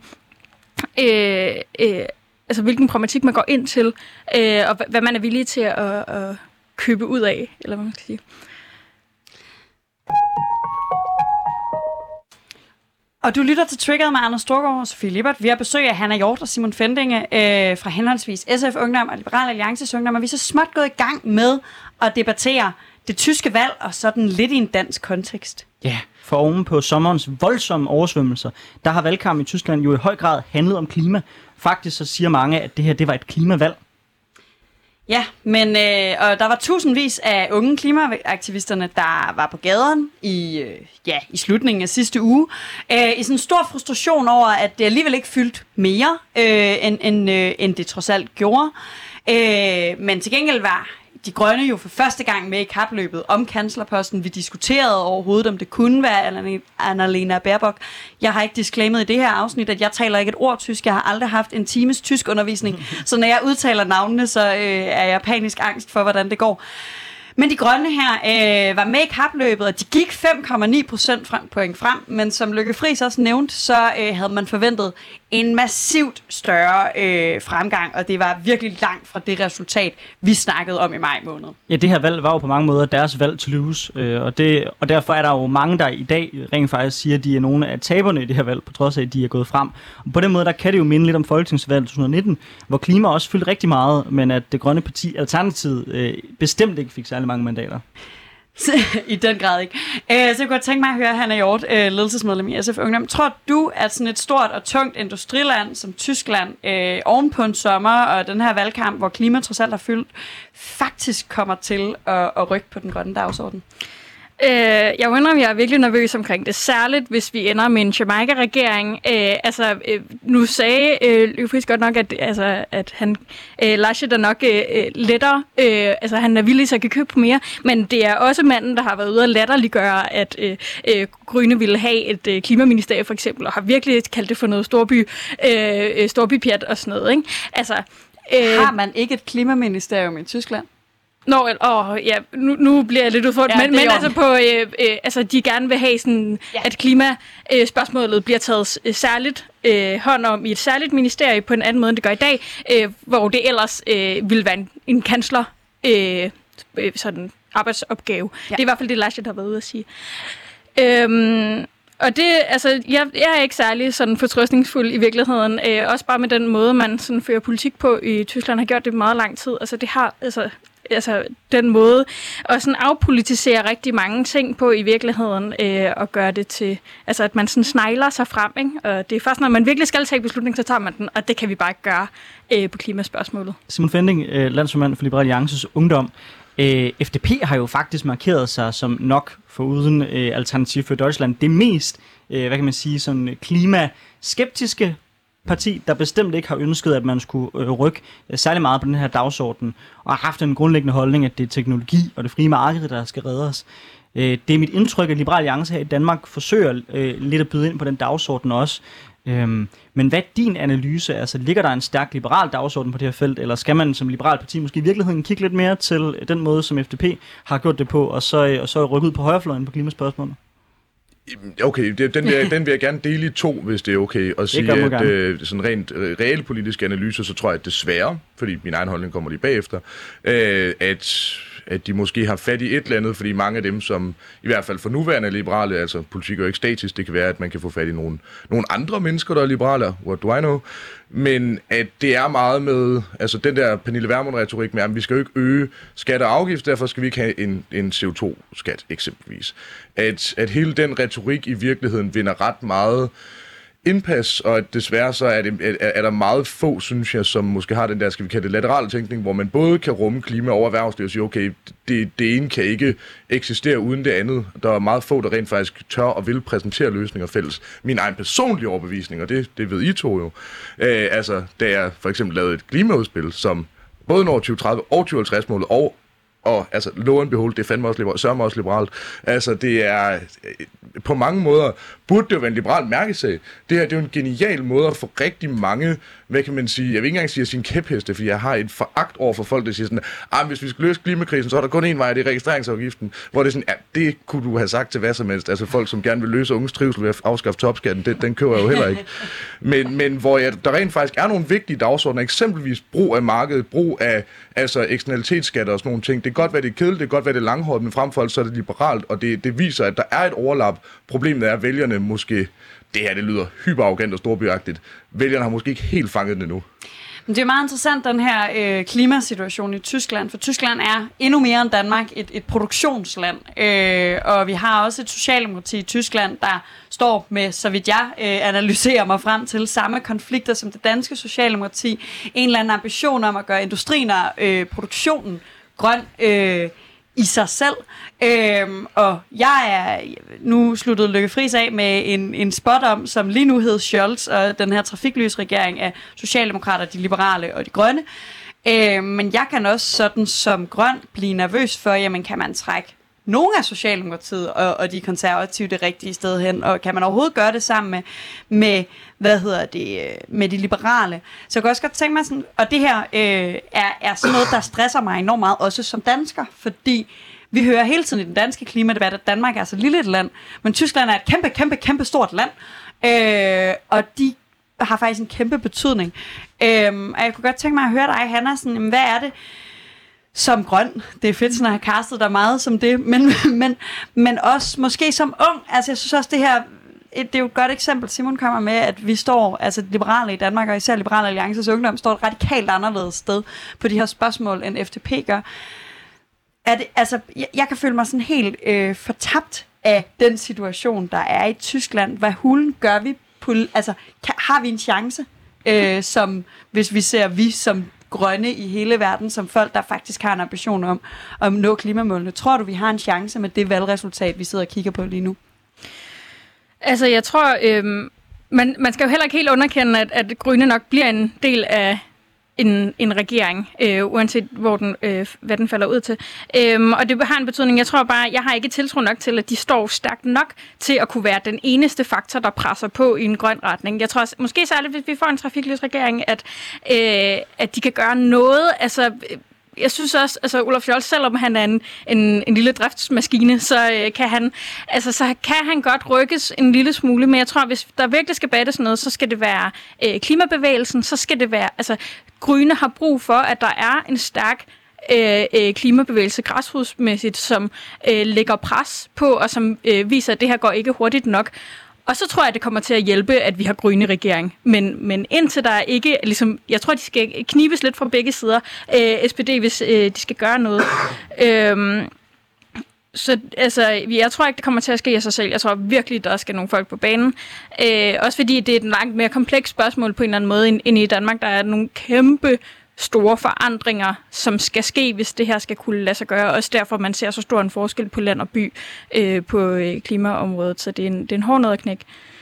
hvilken pragmatik man går ind til, og hvad man er villig til at købe ud af, eller hvad man skal sige. Og du lytter til Triggeret med Anders Storgård og Sofie Lippert. Vi har besøg af Hanna Hjort og Simon Fendinge fra henholdsvis SF Ungdom og Liberal Alliances Ungdom, og vi er så småt gået i gang med at debattere det tyske valg og sådan lidt i en dansk kontekst. Ja, for oven på sommerens voldsomme oversvømmelser, der har valgkampen i Tyskland jo i høj grad handlet om klima. Faktisk så siger mange, at det her det var et klimavalg. Ja, men og der var tusindvis af unge klimaaktivisterne, der var på gaderne i slutningen af sidste uge, i sådan en stor frustration over, at det alligevel ikke fyldte mere, end det trods alt gjorde. Men til gengæld var de grønne jo for første gang med i kapløbet om kanslerposten. Vi diskuterede overhovedet, om det kunne være Annalena Baerbock. Jeg har ikke disclaimet i det her afsnit, at jeg taler ikke et ord tysk. Jeg har aldrig haft en times tysk undervisning. Så når jeg udtaler navnene, så er jeg panisk angst for, hvordan det går. Men de grønne her var med i kapløbet, og de gik 5,9% point frem. Men som Lykke Friis også nævnte, så havde man forventet en massivt større fremgang, og det var virkelig langt fra det resultat, vi snakkede om i maj måned. Ja, det her valg var jo på mange måder deres valg to lose, og derfor er der jo mange, der i dag rent faktisk siger, at de er nogle af taberne i det her valg, på trods af, at de er gået frem. Og på den måde, der kan det jo minde lidt om folketingsvalget 2019, hvor klima også fyldte rigtig meget, men at det grønne parti Alternativet bestemt ikke fik særlig mange mandater. I den grad ikke. Så jeg kunne godt tænke mig at høre Hanna Hjort, ledelsesmedlem i SF Ungdom. Tror du, at sådan et stort og tungt industriland som Tyskland, oven på en sommer og den her valgkamp, hvor klima trods alt har fyldt, faktisk kommer til at rykke på den grønne dagsorden? Jeg undrer, at jeg er virkelig nervøs omkring det, særligt hvis vi ender med en Jamaica-regering. Nu sagde Lykke Friis godt nok, at han Laschet er nok lettere, han er villig til at købe på mere, men det er også manden, der har været ude at latterliggøre, at Grønne ville have et klimaministerie for eksempel, og har virkelig kaldt det for noget storbypjat og sådan noget, ikke? Har man ikke et klimaministerium i Tyskland? Nu bliver jeg lidt udfordret, men de gerne vil have sådan, at klimaspørgsmålet bliver taget særligt hånd om i et særligt ministerie på en anden måde, end det gør i dag, hvor det ellers ville være en kansler sådan arbejdsopgave. Ja. Det er i hvert fald det, Laschet har været ude at sige. Og det, jeg er ikke særlig sådan fortrøstningsfuld i virkeligheden. Også bare med den måde, man sådan fører politik på i Tyskland, har gjort det meget lang tid. Det har den måde at sådan afpolitisere rigtig mange ting på i virkeligheden, og gøre det til, at man sådan snegler sig frem, ikke? Og det er først, når man virkelig skal tage beslutning, så tager man den, og det kan vi bare ikke gøre på klimaspørgsmålet. Simon Fending, landsformand for Liberal Alliances Ungdom. FDP har jo faktisk markeret sig som nok foruden Alternativ for Deutschland det mest, sådan klimaskeptiske parti, der bestemt ikke har ønsket, at man skulle rykke særlig meget på den her dagsorden, og har haft en grundlæggende holdning, at det er teknologi og det frie marked, der skal redde os. Det er mit indtryk, at Liberal Alliance her i Danmark forsøger lidt at byde ind på den dagsorden også. Men hvad er din analyse? Ligger der en stærk liberal dagsorden på det her felt, eller skal man som liberal parti måske i virkeligheden kigge lidt mere til den måde, som FDP har gjort det på, og så rykke ud på højrefløjen på klimaspørgsmålet? Okay, den vil jeg gerne dele i to, hvis det er okay. Og sige, at sådan rent realpolitiske analyser, så tror jeg, at desværre, fordi min egen holdning kommer lige bagefter, at de måske har fat i et eller andet, fordi mange af dem, som i hvert fald for nuværende er liberale, altså politik er jo ikke statisk, det kan være, at man kan få fat i nogle andre mennesker, der er liberale, what do I know, men at det er meget med, den der Pernille Vermund-retorik med, at vi skal jo ikke øge skatter og afgift, derfor skal vi ikke have en CO2-skat eksempelvis. At hele den retorik i virkeligheden vinder ret meget indpas, og at desværre så er der meget få, synes jeg, som måske har den der, skal vi kalde det, laterale tænkning, hvor man både kan rumme klima og erhvervsliv og sige, okay, det ene kan ikke eksistere uden det andet. Der er meget få, der rent faktisk tør og vil præsentere løsninger fælles. Min egen personlige overbevisning, og det ved I to jo, da jeg for eksempel lavede et klimaudspil, som både når 2030 og 2050-målet og low and behold, det er fandme også liberalt. Det er på mange måder, burde det jo være en liberal mærkesag. Det her, det er jo en genial måde at få rigtig mange, hvad kan man sige, jeg vil ikke engang sige at sin kæpheste, fordi jeg har et foragt over for folk, der siger sådan, hvis vi skal løse klimakrisen, så er der kun en vej, det er registreringsafgiften, hvor det er sådan, det kunne du have sagt til hvad som helst. Folk, som gerne vil løse unges trivsel ved at afskaffe topskatten, den køber jeg jo heller ikke. Men hvor der rent faktisk er nogle vigtige dagsordener, eksempelvis brug af markedet, brug af eksternalitetsskatter og sådan nogle ting. Det kan godt være, det er kedeligt, det kan godt være, det er langhåret, men frem for alt så er det liberalt, og det viser, at der er et overlap. Problemet er, at vælgerne måske det her, det lyder hyperarrogant og storbyagtigt. Vælgerne har måske ikke helt fanget den endnu. Det er meget interessant, den her klimasituation i Tyskland, for Tyskland er endnu mere end Danmark et produktionsland, og vi har også et socialdemokrati i Tyskland, der står med, så vidt jeg analyserer mig frem til, samme konflikter som det danske socialdemokrati, en eller anden ambition om at gøre industrien og produktionen grøn i sig selv. Og jeg er nu sluttet Lykke Friis af med en spot om, som lige nu hed Scholz og den her trafiklysregering af Socialdemokrater, de liberale og de grønne. Men jeg kan også sådan som grøn blive nervøs for, jamen kan man trække nogle af Socialdemokratiet og de konservative det rigtige sted hen, og kan man overhovedet gøre det sammen med med de liberale. Så jeg kan også godt tænke mig sådan, og det her er sådan noget, der stresser mig enormt meget, også som dansker, fordi vi hører hele tiden i den danske klimadebat, at Danmark er så lille et land, men Tyskland er et kæmpe stort land, og de har faktisk en kæmpe betydning. Og jeg kunne godt tænke mig at høre dig, Hanna, sådan, jamen, hvad er det som grøn? Det er fedt, sådan at have castet dig meget som det, men også måske som ung. Altså jeg synes også, det er jo et godt eksempel, Simon kommer med, at vi står, altså liberale i Danmark, og især Liberale Alliances Ungdom, står et radikalt anderledes sted på de her spørgsmål, end FDP gør. Jeg kan føle mig sådan helt fortabt af den situation, der er i Tyskland. Hvad hulen gør vi? Har vi en chance, som hvis vi ser vi som grønne i hele verden, som folk, der faktisk har en ambition om at nå klimamålene? Tror du, vi har en chance med det valgresultat, vi sidder og kigger på lige nu? Altså, jeg tror, man skal jo heller ikke helt underkende, at Grønne nok bliver en del af en regering, uanset hvad den falder ud til. Og det har en betydning. Jeg tror bare, jeg har ikke tiltro nok til, at de står stærkt nok til at kunne være den eneste faktor, der presser på i en grøn retning. Jeg tror måske særligt, hvis vi får en trafiklysregering, at de kan gøre noget. Altså, jeg synes også, altså Olaf Scholz, selvom han er en lille driftsmaskine, så kan han godt rykkes en lille smule, men jeg tror, hvis der virkelig skal battes noget, så skal det være klimabevægelsen, så skal det være, altså Grønne har brug for, at der er en stærk klimabevægelse græsrodsmæssigt, som lægger pres på, og som viser, at det her går ikke hurtigt nok. Og så tror jeg, det kommer til at hjælpe, at vi har grønne regering. Men indtil der ikke, ligesom, jeg tror, de skal knibes lidt fra begge sider, SPD, hvis de skal gøre noget. Så altså, jeg tror ikke, det kommer til at ske af sig selv. Jeg tror virkelig, der skal nogle folk på banen. Også fordi det er et langt mere komplekst spørgsmål på en eller anden måde, end i Danmark. Der er nogle kæmpe store forandringer, som skal ske, hvis det her skal kunne lade sig gøre. Også derfor, man ser så stor en forskel på land og by på klimaområdet. Så det er en hård noget at knække.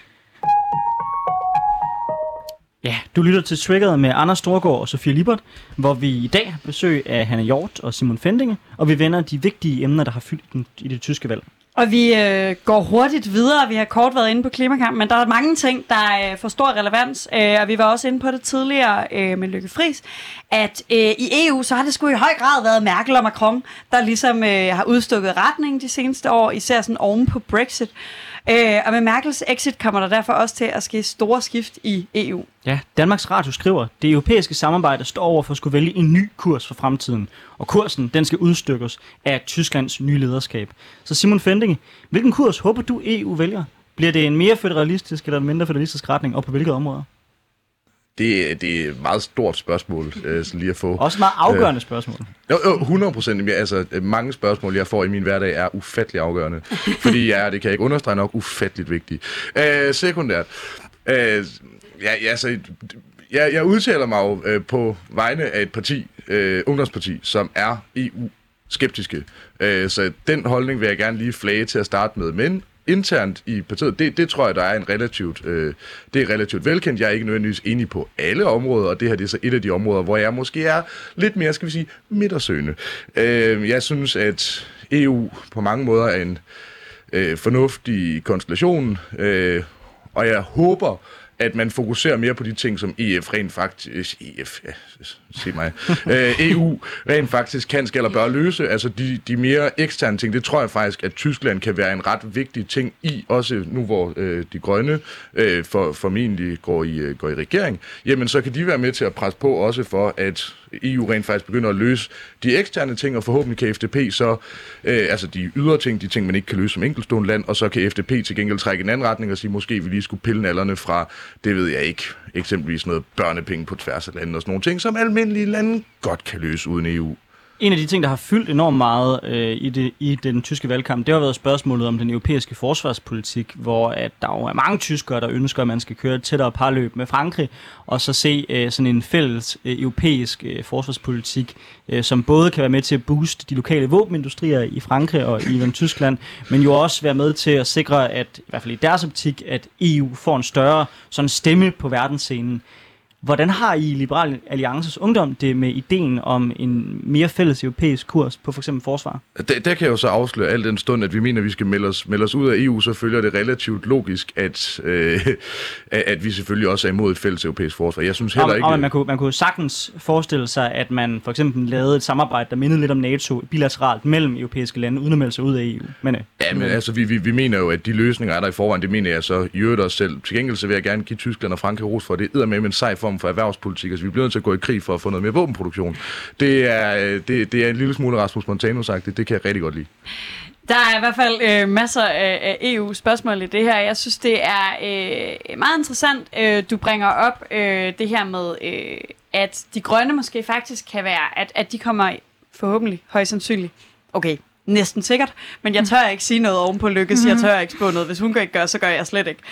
Ja, du lytter til Triggered med Anders Storgård og Sofie Lippert, hvor vi i dag har besøg af Hanne Hjort og Simon Fendinge, og vi vender de vigtige emner, der har fyldt i det tyske valg. Og vi går hurtigt videre. Vi har kort været inde på klimakampen, men der er mange ting, der får stor relevans. Og vi var også inde på det tidligere med Lykke Friis, at i EU, så har det sgu i høj grad været Merkel og Macron, der ligesom har udstukket retningen de seneste år, især sådan oven på Brexit. Og med Merkels exit kommer der derfor også til at ske store skift i EU. Ja, Danmarks Radio skriver, det europæiske samarbejde står over for at skulle vælge en ny kurs for fremtiden. Og kursen, den skal udstykkes af Tysklands nye lederskab. Så Simon Fendinge, hvilken kurs håber du EU vælger? Bliver det en mere federalistisk eller en mindre federalistisk retning, og på hvilke områder? Det er et meget stort spørgsmål, så lige at få. Også et meget afgørende spørgsmål. Jo, 100%. Altså, mange spørgsmål, jeg får i min hverdag, er ufattelig afgørende. Fordi det kan jeg ikke understrege nok, ufatteligt vigtigt. Sekundært. Jeg udtaler mig jo på vegne af et parti, ungdomsparti, som er EU-skeptiske. Så den holdning vil jeg gerne lige flage til at starte med. Men internt i partiet, det tror jeg, der er det er relativt velkendt. Jeg er ikke nødvendigvis enig på alle områder, og det her det er så et af de områder, hvor jeg måske er lidt mere, skal vi sige, midtersøgende. Jeg synes, at EU på mange måder er en fornuftig konstellation, og jeg håber, at man fokuserer mere på de ting, som EF rent faktisk... EU rent faktisk kan, skal eller bør løse. Altså de mere eksterne ting, det tror jeg faktisk, at Tyskland kan være en ret vigtig ting i, også nu hvor de grønne formentlig går i regering. Jamen så kan de være med til at presse på også for, at EU rent faktisk begynder at løse de eksterne ting, og forhåbentlig kan FDP så, altså de ydre ting, de ting, man ikke kan løse som enkeltstående land, og så kan FDP til gengæld trække en anden retning og sige, måske vi lige skulle pille nallerne fra, det ved jeg ikke, eksempelvis noget børnepenge på tværs af landet og sådan nogle ting, som almindelige lande godt kan løse uden EU. En af de ting, der har fyldt enormt meget i den tyske valgkamp, det har været spørgsmålet om den europæiske forsvarspolitik, hvor at der jo er mange tyskere, der ønsker, at man skal køre et tættere parløb med Frankrig, og så se sådan en fælles europæisk forsvarspolitik, som både kan være med til at booste de lokale våbenindustrier i Frankrig og i Tyskland, men jo også være med til at sikre, at i hvert fald i deres optik, at EU får en større sådan stemme på verdensscenen. Hvordan har I Liberal Alliances Ungdom det med ideen om en mere fælles europæisk kurs på f.eks. forsvar? Der kan jeg jo så afsløre al den stund, at vi mener, at vi skal melde os ud af EU, så følger det relativt logisk, at vi selvfølgelig også er imod et fælles europæisk forsvar. Jeg synes heller ikke... Man kunne sagtens forestille sig, at man for eksempel lavede et samarbejde, der mindede lidt om NATO bilateralt mellem europæiske lande, uden at melde sig ud af EU. Men altså vi mener jo, at de løsninger er der i forvejen. Det mener jeg så i øvrigt også selv. Til gengæld så vil jeg gerne give Tyskland og Frankrig ros for, det eddermame med en sej form for erhvervspolitik. Altså vi bliver nødt til at gå i krig for at få noget mere våbenproduktion. Det er en lille smule Rasmus Montano sagt. Det kan jeg rigtig godt lide. Der er i hvert fald masser af EU-spørgsmål i det her. Jeg synes, det er meget interessant, du bringer op det her med, at de grønne måske faktisk kan være, at de kommer forhåbentlig højst sandsynligt. Okay, næsten sikkert, men jeg tør ikke sige noget ovenpå Lykkes. Jeg tør ikke spå noget. Hvis hun ikke gør, så gør jeg slet ikke.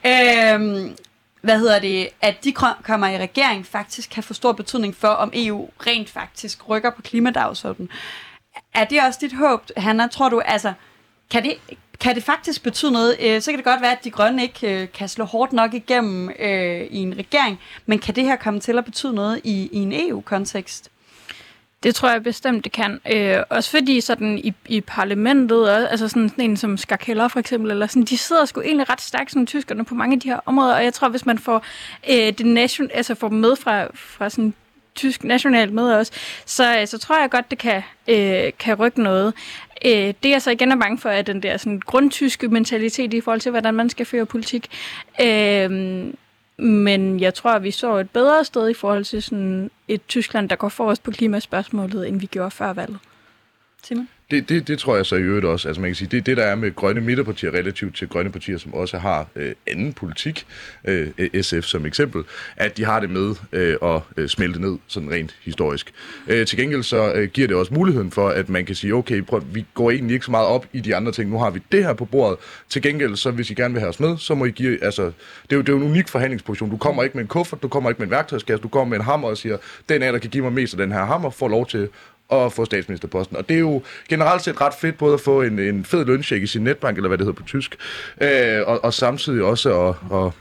At de kommer i regering faktisk kan få stor betydning for, om EU rent faktisk rykker på klimadagsordenen. Er det også dit håb, Hanna? Tror du, altså, kan det faktisk betyde noget? Så kan det godt være, at de grønne ikke kan slå hårdt nok igennem i en regering, men kan det her komme til at betyde noget i en EU-kontekst? Det tror jeg bestemt, det kan. Også fordi sådan i parlamentet, altså sådan en som Ska Keller for eksempel, eller sådan, de sidder sgu egentlig ret stærkt, sådan tyskerne, på mange af de her områder, og jeg tror, hvis man får får med fra sådan tysk nationalt med også, så tror jeg godt, det kan rykke noget. Det jeg så igen er bange for, er den der sådan grundtyske mentalitet i forhold til, hvordan man skal føre politik. Men jeg tror, at vi så et bedre sted i forhold til sådan et Tyskland, der går forrest på klimaspørgsmålet, end vi gjorde før valget. Simon? Det tror jeg så i øvrigt også. Altså man kan sige, det er det, der er med grønne midterpartier relativt til grønne partier, som også har anden politik, SF som eksempel, at de har det med at smelte ned, sådan rent historisk. Til gengæld så giver det også muligheden for, at man kan sige, okay, vi går egentlig ikke så meget op i de andre ting. Nu har vi det her på bordet. Til gengæld, så hvis I gerne vil have os med, så må I give, altså, det er jo en unik forhandlingsposition. Du kommer ikke med en kuffert, du kommer ikke med en værktøjskasse, du kommer med en hammer og siger, den af der kan give mig mest af den her hammer, får lov til og få statsministerposten. Og det er jo generelt set ret fedt både at få en fed løncheck i sin netbank, eller hvad det hedder på tysk, og samtidig også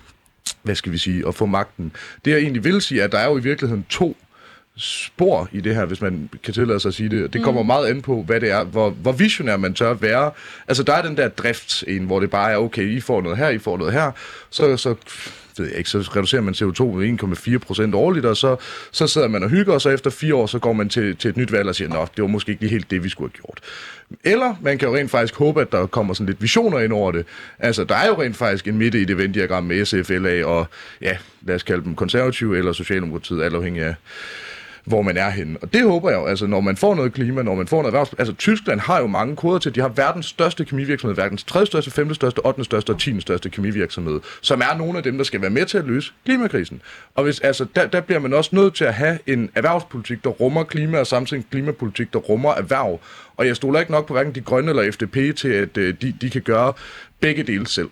at få magten. Det jeg egentlig vil sige, at der er jo i virkeligheden 2 spor i det her, hvis man kan tillade sig at sige det. Det kommer meget an på, hvad det er, hvor visionær man tør være. Altså, der er den der driftsen, hvor det bare er, okay, I får noget her, I får noget her, så reducerer man CO2 med 1,4% årligt, og så sidder man og hygger, og så efter 4 år, så går man til et nyt valg og siger, nå, det var måske ikke lige helt det, vi skulle have gjort. Eller man kan jo rent faktisk håbe, at der kommer sådan lidt visioner ind over det. Altså, der er jo rent faktisk en midte i det Venn-diagram med SF, LA og, ja, lad os kalde dem konservative eller Socialdemokratiet, alt afhængig af hvor man er henne. Og det håber jeg jo, altså når man får noget klima, når man får noget erhvervs... Altså Tyskland har jo mange koder til, de har verdens største kemivirksomhed, verdens 3. største, 5. største, 8. største og 10. største kemivirksomhed, som er nogle af dem, der skal være med til at løse klimakrisen. Og hvis, altså, der bliver man også nødt til at have en erhvervspolitik, der rummer klima, og samtidig en klimapolitik, der rummer erhverv. Og jeg stoler ikke nok på hverken de grønne eller FDP til, at de kan gøre begge dele selv.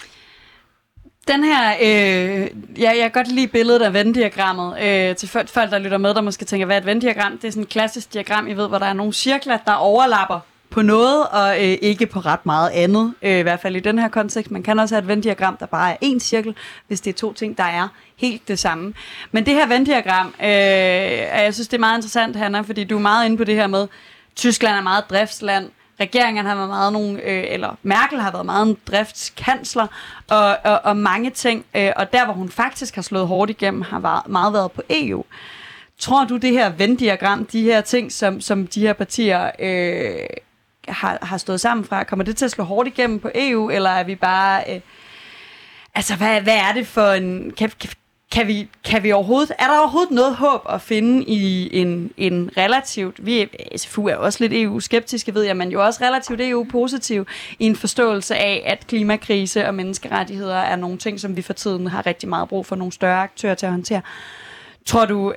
Den her, jeg kan godt lide billedet af Venn-diagrammet til folk, der lytter med, der måske tænker, hvad er et Venn-diagram? Det er sådan et klassisk diagram, I ved, hvor der er nogle cirkler, der overlapper på noget, og ikke på ret meget andet, i hvert fald i den her kontekst. Man kan også have et Venn-diagram, der bare er én cirkel, hvis det er 2 ting, der er helt det samme. Men det her Venn-diagram, jeg synes, det er meget interessant, Hanna, fordi du er meget inde på det her med, Tyskland er meget driftsland, regeringen har været meget eller Merkel har været meget en driftskansler, og mange ting, og der hvor hun faktisk har slået hårdt igennem, har meget været på EU. Tror du, det her Venn-diagram, de her ting, som de her partier har stået sammen fra, kommer det til at slå hårdt igennem på EU, eller er vi bare... hvad er det for en... Kan vi overhovedet... Er der overhovedet noget håb at finde i en relativt... SFU er også lidt EU-skeptiske, ved jeg, men jo også relativt EU-positiv i en forståelse af, at klimakrise og menneskerettigheder er nogle ting, som vi for tiden har rigtig meget brug for nogle større aktører til at håndtere. Tror du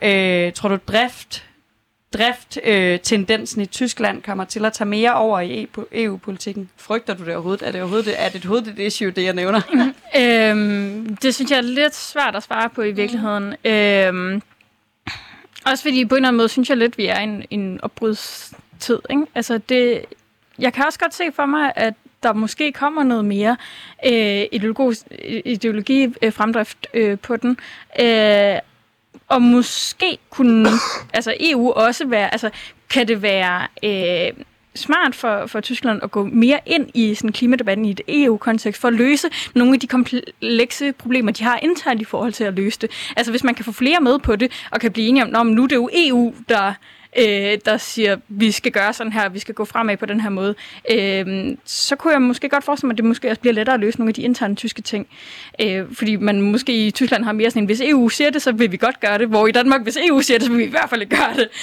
tendensen i Tyskland kommer til at tage mere over i EU-politikken? Frygter du det overhovedet? Er det overhovedet et issue, det jeg nævner? Det synes jeg er lidt svært at svare på i virkeligheden. Også fordi på en eller anden måde synes jeg lidt, vi er i en opbrudstid. Ikke? Altså jeg kan også godt se for mig, at der måske kommer noget mere ideologi-fremdrift på den. Og måske kunne EU også være, kan det være smart for Tyskland at gå mere ind i sådan klimadebatten i et EU-kontekst for at løse nogle af de komplekse problemer, de har internt i forhold til at løse det. Altså hvis man kan få flere med på det, og kan blive enige om, nu er det jo EU, der siger, vi skal gøre sådan her, vi skal gå fremad på den her måde, så kunne jeg måske godt forestille mig, at det måske også bliver lettere at løse nogle af de interne tyske ting. Fordi man måske i Tyskland har mere sådan en, hvis EU siger det, så vil vi godt gøre det, hvor i Danmark, hvis EU siger det, så vil vi i hvert fald ikke gøre det.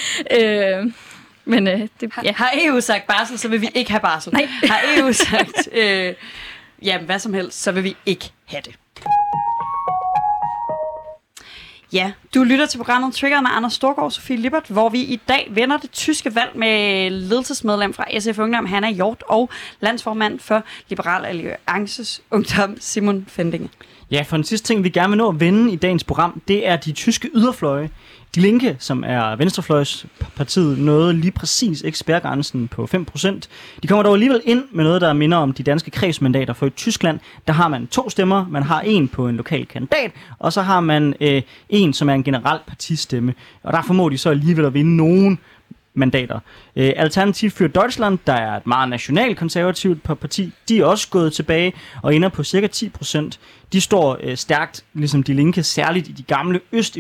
Har EU sagt barsel, så vil vi ikke have barsel. Nej. Har EU sagt hvad som helst, så vil vi ikke have det. Ja, du lytter til programmet Trigger med Anders Storgård og Sofie Lippert, hvor vi i dag vender det tyske valg med ledelsesmedlem fra SF Ungdom, Hanna Hjort, og landsformand for Liberal Alliances Ungdom, Simon Fendinge. Ja, for den sidste ting, vi gerne vil nå at vende i dagens program, det er de tyske yderfløje. De Linke, som er venstrefløjspartiet, nåede lige præcis ekspertgrænsen på 5%. De kommer dog alligevel ind med noget, der minder om de danske kredsmandater, for i Tyskland, der har man 2 stemmer. Man har en på en lokal kandidat, og så har man en, som er en generel partistemme. Og der formår de så alligevel at vinde nogen mandater. Alternativ für Deutschland, der er et meget nationalkonservativt parti, de er også gået tilbage og ender på cirka 10%. De står stærkt, ligesom de Linke, særligt i de gamle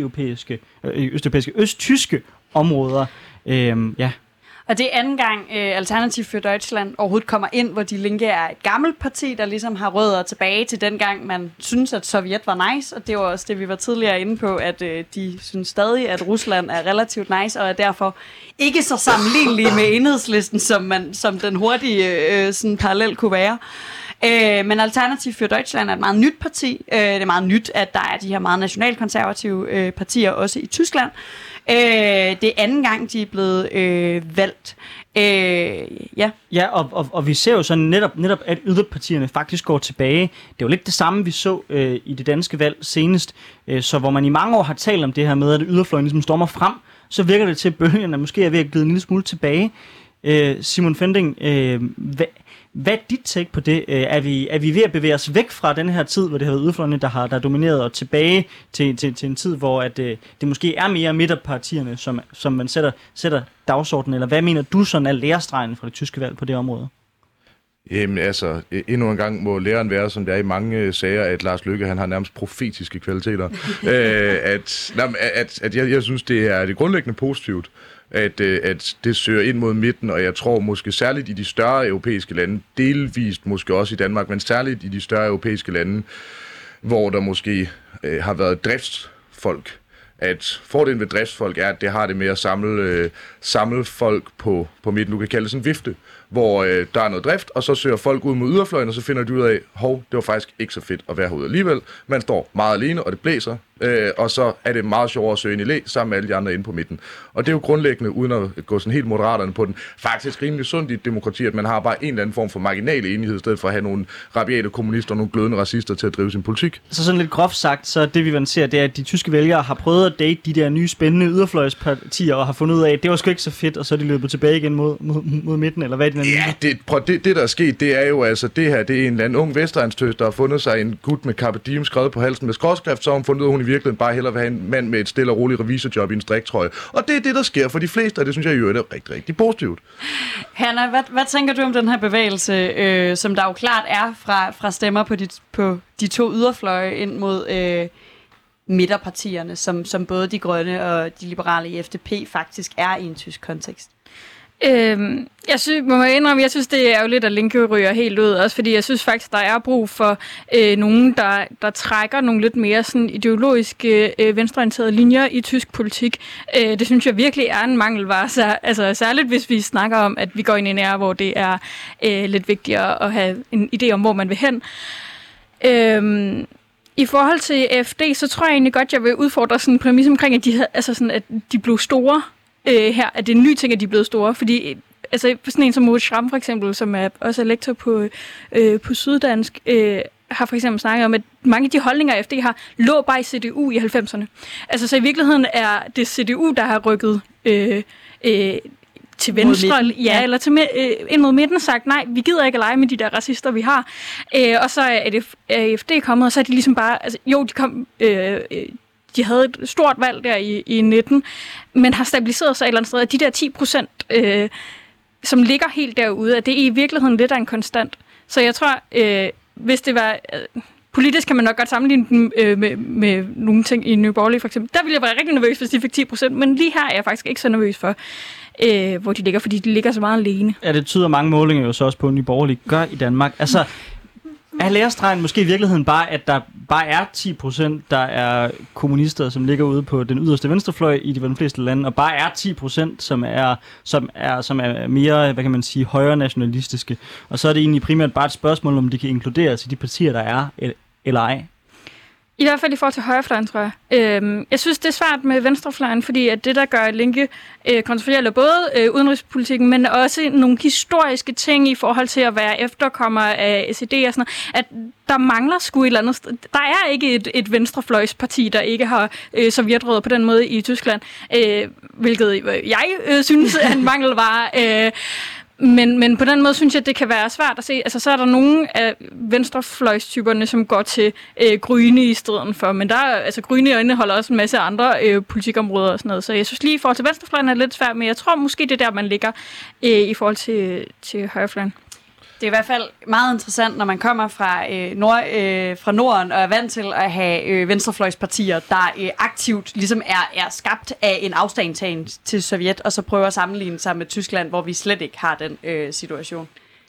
østtyske områder. Og det er anden gang Alternativ für Deutschland overhovedet kommer ind, hvor de Linke er et gammelt parti, der ligesom har rødder tilbage til den gang, man synes, at Sovjet var nice. Og det var også det, vi var tidligere inde på, at de synes stadig, at Rusland er relativt nice, og er derfor ikke så sammenlignelige med Enhedslisten, som den hurtige sådan parallel kunne være. Men Alternativ für Deutschland er et meget nyt parti. Det er meget nyt, at der er de her meget nationalkonservative partier også i Tyskland. Det er anden gang, de er blevet valgt. Ja, og vi ser jo så netop, at yderpartierne faktisk går tilbage. Det er jo lidt det samme, vi så i det danske valg senest. Så hvor man i mange år har talt om det her med, at yderfløjen ligesom stormer frem, så virker det til, at bølgerne måske er ved at glide en lille smule tilbage. Simon Fending, hvad er dit take på det? Er vi ved at bevæge os væk fra den her tid, hvor det har været yderfløjene, der har domineret, og tilbage til en tid, hvor at, det måske er mere midterpartierne, som man sætter dagsordenen? Eller hvad mener du sådan er lærestregen fra det tyske valg på det område? Jamen endnu en gang må læreren være, som det er i mange sager, at Lars Løkke, han har nærmest profetiske kvaliteter. Jeg synes, det er grundlæggende positivt, at det søger ind mod midten, og jeg tror måske særligt i de større europæiske lande, delvist måske også i Danmark, men særligt i de større europæiske lande, hvor der måske har været driftsfolk, at fordelen ved driftsfolk er, at det har det med at samle folk på midten. Du kan kalde det sådan en vifte, hvor der er noget drift, og så søger folk ud mod yderfløjen, og så finder de ud af, det var faktisk ikke så fedt at være herude alligevel. Man står meget alene, og det blæser, og så er det meget sjovere at søge ind i læ, sammen med alle de andre inde på midten. Og det er jo grundlæggende, uden at gå sådan helt moderaterne på den, faktisk rimelig sundt i et demokrati, at man har bare en eller anden form for marginal enighed, i stedet for at have nogle rabiate kommunister og nogle glødende racister til at drive sin politik. Så sådan lidt groft sagt, så det vi ser, det er, at de tyske vælgere har prøvet at date de der nye spændende yderfløjspartier, og har fundet ud af, at det var sgu ikke så fedt, og så er de løbet tilbage igen mod midten, eller hvad er det? Det der er sket, det er jo altså, det her, det er en eller anden ung vestegnsstøs, der har fundet sig en gut med Carpe Diem skrevet på halsen med skråskrift, så har hun fundet ud af, at hun i virkeligheden bare hellere vil have en mand med et stille og roligt revisorjob i en striktrøje. Og det er det, der sker for de fleste, og det synes jeg jo er rigtig, rigtig positivt. Hanna, hvad tænker du om den her bevægelse, som der jo klart er fra stemmer på de 2 yderfløje ind mod midterpartierne, som både de grønne og de liberale i FDP faktisk er i en tysk kontekst? Jeg synes, det er jo lidt, at Linke ryger helt ud, også fordi jeg synes faktisk, der er brug for nogen, der trækker nogle lidt mere sådan ideologiske venstreorienterede linjer i tysk politik. Det synes jeg virkelig er en mangelvare, altså særligt hvis vi snakker om, at vi går ind i en æra, hvor det er lidt vigtigere at have en idé om, hvor man vil hen. I forhold til AfD, så tror jeg egentlig godt, jeg vil udfordre sådan en præmis omkring, at de blev store her, at det er en ny ting, at de er blevet store, fordi altså sådan en som Moritz Schramm for eksempel, som er også lektor på Syddansk, har for eksempel snakket om, at mange af de holdninger, AfD har, lå bare i CDU i 90'erne. Altså så i virkeligheden er det CDU, der har rykket til venstre, eller til ind mod midten, sagt, nej, vi gider ikke at lege med de der racister, vi har. Og så er AfD kommet, og så er de ligesom bare, altså jo, de kom... De havde et stort valg der i 19, men har stabiliseret sig et eller andet sted. Og de der 10%, som ligger helt derude, at det er i virkeligheden lidt af en konstant. Så jeg tror, hvis det var... Politisk kan man nok godt sammenligne dem med nogle ting i Nye Borgerlige for eksempel. Der ville jeg være rigtig nervøs, hvis de fik 10%, men lige her er jeg faktisk ikke så nervøs for, hvor de ligger, fordi de ligger så meget alene. Ja, det tyder mange målinger jo så også på, at Nye Borgerlige gør i Danmark. Altså, er lærestregen måske i virkeligheden bare, at der bare er 10%, der er kommunister, som ligger ude på den yderste venstrefløj i de fleste lande, og bare er 10%, som er mere, hvad kan man sige, højre nationalistiske. Og så er det egentlig primært bare et spørgsmål, om de kan inkluderes i de partier, der er, eller ej. I hvert fald i forhold til højrefløjen, tror jeg. Jeg synes, det er svært med venstrefløjen, fordi at det, der gør Linke kontroversiel, er både udenrigspolitikken, men også nogle historiske ting i forhold til at være efterkommer af SED og sådan noget, at der mangler sgu et eller andet sted. Der er ikke et venstrefløjsparti, der ikke har sovjetrødder på den måde i Tyskland, hvilket jeg synes er en mangelvare. Men på den måde synes jeg, det kan være svært at se. Altså, så er der nogle af venstrefløjstyperne, som går til Grüne i stedet for. Men Grüne indeholder også en masse andre politikområder og sådan noget. Så jeg synes lige i forhold til venstrefløjen er det lidt svært, men jeg tror måske, det er der, man ligger i forhold til højrefløjen. Det er i hvert fald meget interessant, når man kommer fra Norden og er vant til at have venstrefløjspartier, der aktivt ligesom er skabt af en afstandtagen til Sovjet, og så prøver at sammenligne sig med Tyskland, hvor vi slet ikke har den situation.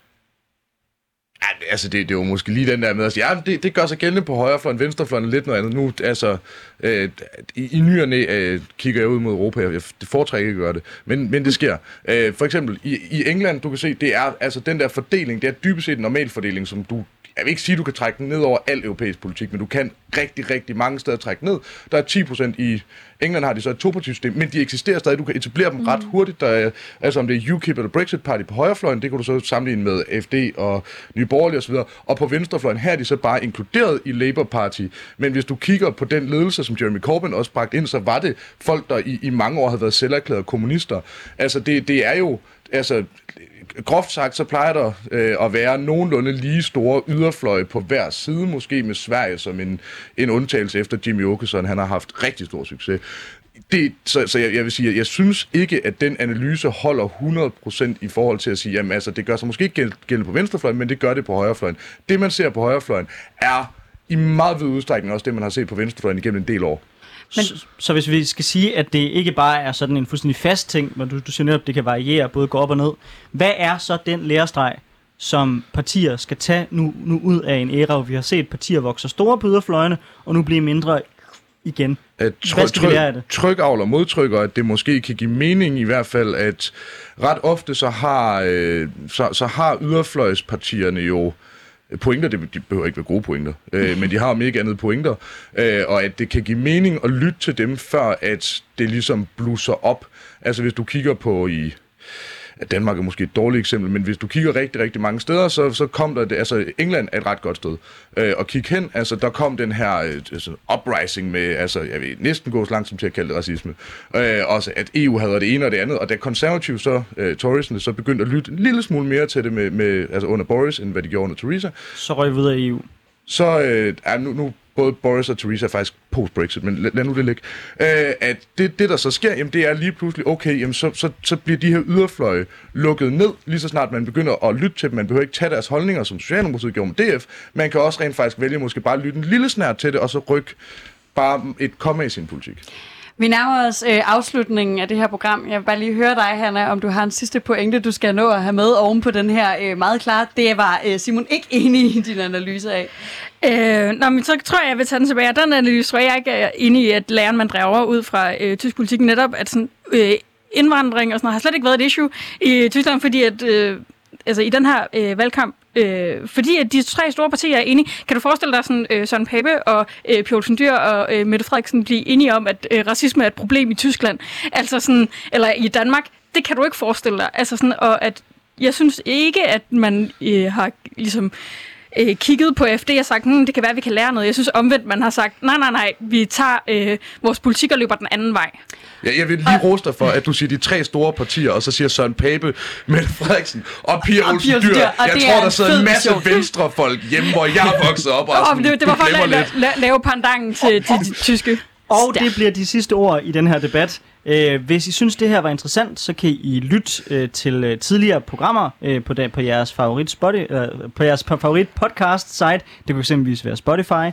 Ja, altså det er jo måske lige den der med at sige, ja, det gør sig gældende på højrefløjen, venstrefløjen lidt noget andet. Nu, altså, i ny og næ kigger jeg ud mod Europa, jeg foretrækker ikke at gøre det, men det sker. For eksempel i England, du kan se, det er altså den der fordeling, det er dybest set en normal fordeling, som du, jeg vil ikke sige, du kan trække den ned over al europæisk politik, men du kan rigtig, rigtig mange steder trække ned. Der er 10% i England har de så et topartisystem, men de eksisterer stadig. Du kan etablere dem ret hurtigt. Der er, altså om det er UKIP eller Brexit Party på højrefløjen, det kan du så sammenligne med AfD og Nye Borgerlige osv. Og på venstrefløjen her er de så bare inkluderet i Labour Party. Men hvis du kigger på den ledelse, som Jeremy Corbyn også bragte ind, så var det folk, der i mange år havde været selverklærede kommunister. Altså det er jo... Altså, groft sagt, så plejer der at være nogenlunde lige store yderfløje på hver side, måske med Sverige som en undtagelse efter Jimmy Åkesson. Han har haft rigtig stor succes. Så jeg vil sige, at jeg synes ikke, at den analyse holder 100% i forhold til at sige, jamen altså, det gør sig måske ikke gældende på venstrefløjen, men det gør det på højrefløjen. Det, man ser på højrefløjen, er i meget vid udstrækning også det, man har set på venstrefløjen igennem en del år. Så hvis vi skal sige, at det ikke bare er sådan en fuldstændig fast ting, hvor du siger netop, det kan variere, både gå op og ned. Hvad er så den lærestreg, som partier skal tage nu ud af en æra, hvor vi har set partier vokse store på yderfløjene, og nu blive mindre igen? Hvad skal vi lære af det? Trykavl og modtrykker, at det måske kan give mening i hvert fald, at ret ofte så har yderfløjspartierne jo pointer, de behøver ikke være gode pointer, men de har om ikke andet pointer, og at det kan give mening at lytte til dem, før at det ligesom blusser op. Altså hvis du kigger på Danmark er måske et dårligt eksempel, men hvis du kigger rigtig, rigtig mange steder, så kom der det, altså England er et ret godt sted at kigge hen, altså der kom den her uprising med, altså jeg vil næsten gå så langt som til at kalde det racisme, også at EU havde det ene og det andet, og da konservative så, Tory'sne, så begyndte at lytte en lille smule mere til det med altså under Boris, end hvad de gjorde under Theresa. Så røg videre i EU. Så nu både Boris og Theresa er faktisk post-Brexit, men lad nu det ligge. At det, der så sker, jamen, det er lige pludselig, okay, jamen, så bliver de her yderfløje lukket ned, lige så snart man begynder at lytte til dem. Man behøver ikke tage deres holdninger, som Socialdemokratiet gjorde med DF. Man kan også rent faktisk vælge måske bare at lytte en lille snært til det, og så rykke bare et komma i sin politik. Vi nærmer os afslutningen af det her program. Jeg vil bare lige høre dig, Hanna, om du har en sidste pointe, du skal nå at have med oven på den her meget klart. Det var Simon ikke enig i din analyse af. Men så tror jeg vil tage den tilbage. Og den analyse tror jeg ikke er enig i, at læreren, man drager ud fra tysk politik, netop at sådan, indvandring og sådan noget, har slet ikke været et issue i Tyskland, fordi at i den her valgkamp, fordi at de 3 store partier er enige. Kan du forestille dig sådan Søren Pape og Pia Olsen Dyhr og Mette Frederiksen blive enige om, at racisme er et problem i Tyskland, altså sådan, eller i Danmark? Det kan du ikke forestille dig. Altså sådan, og at jeg synes ikke, at man har ligesom kigget på FD og sagt, det kan være, at vi kan lære noget. Jeg synes omvendt, man har sagt, nej, vi tager vores politik og løber den anden vej. Ja, jeg vil lige rose dig for, at du siger de 3 store partier, og så siger Søren Pape, Mette Frederiksen og Pia Olsen Dyhr. Jeg tror, der sidder en masse venstrefolk hjemme, hvor jeg er vokset op. Og sådan, det var for at lave pandangen til de tyske. Og det bliver de sidste ord i den her debat. Hvis I synes, det her var interessant, så kan I lytte til tidligere programmer på jeres favorit podcast site. Det kunne eksempelvis være Spotify.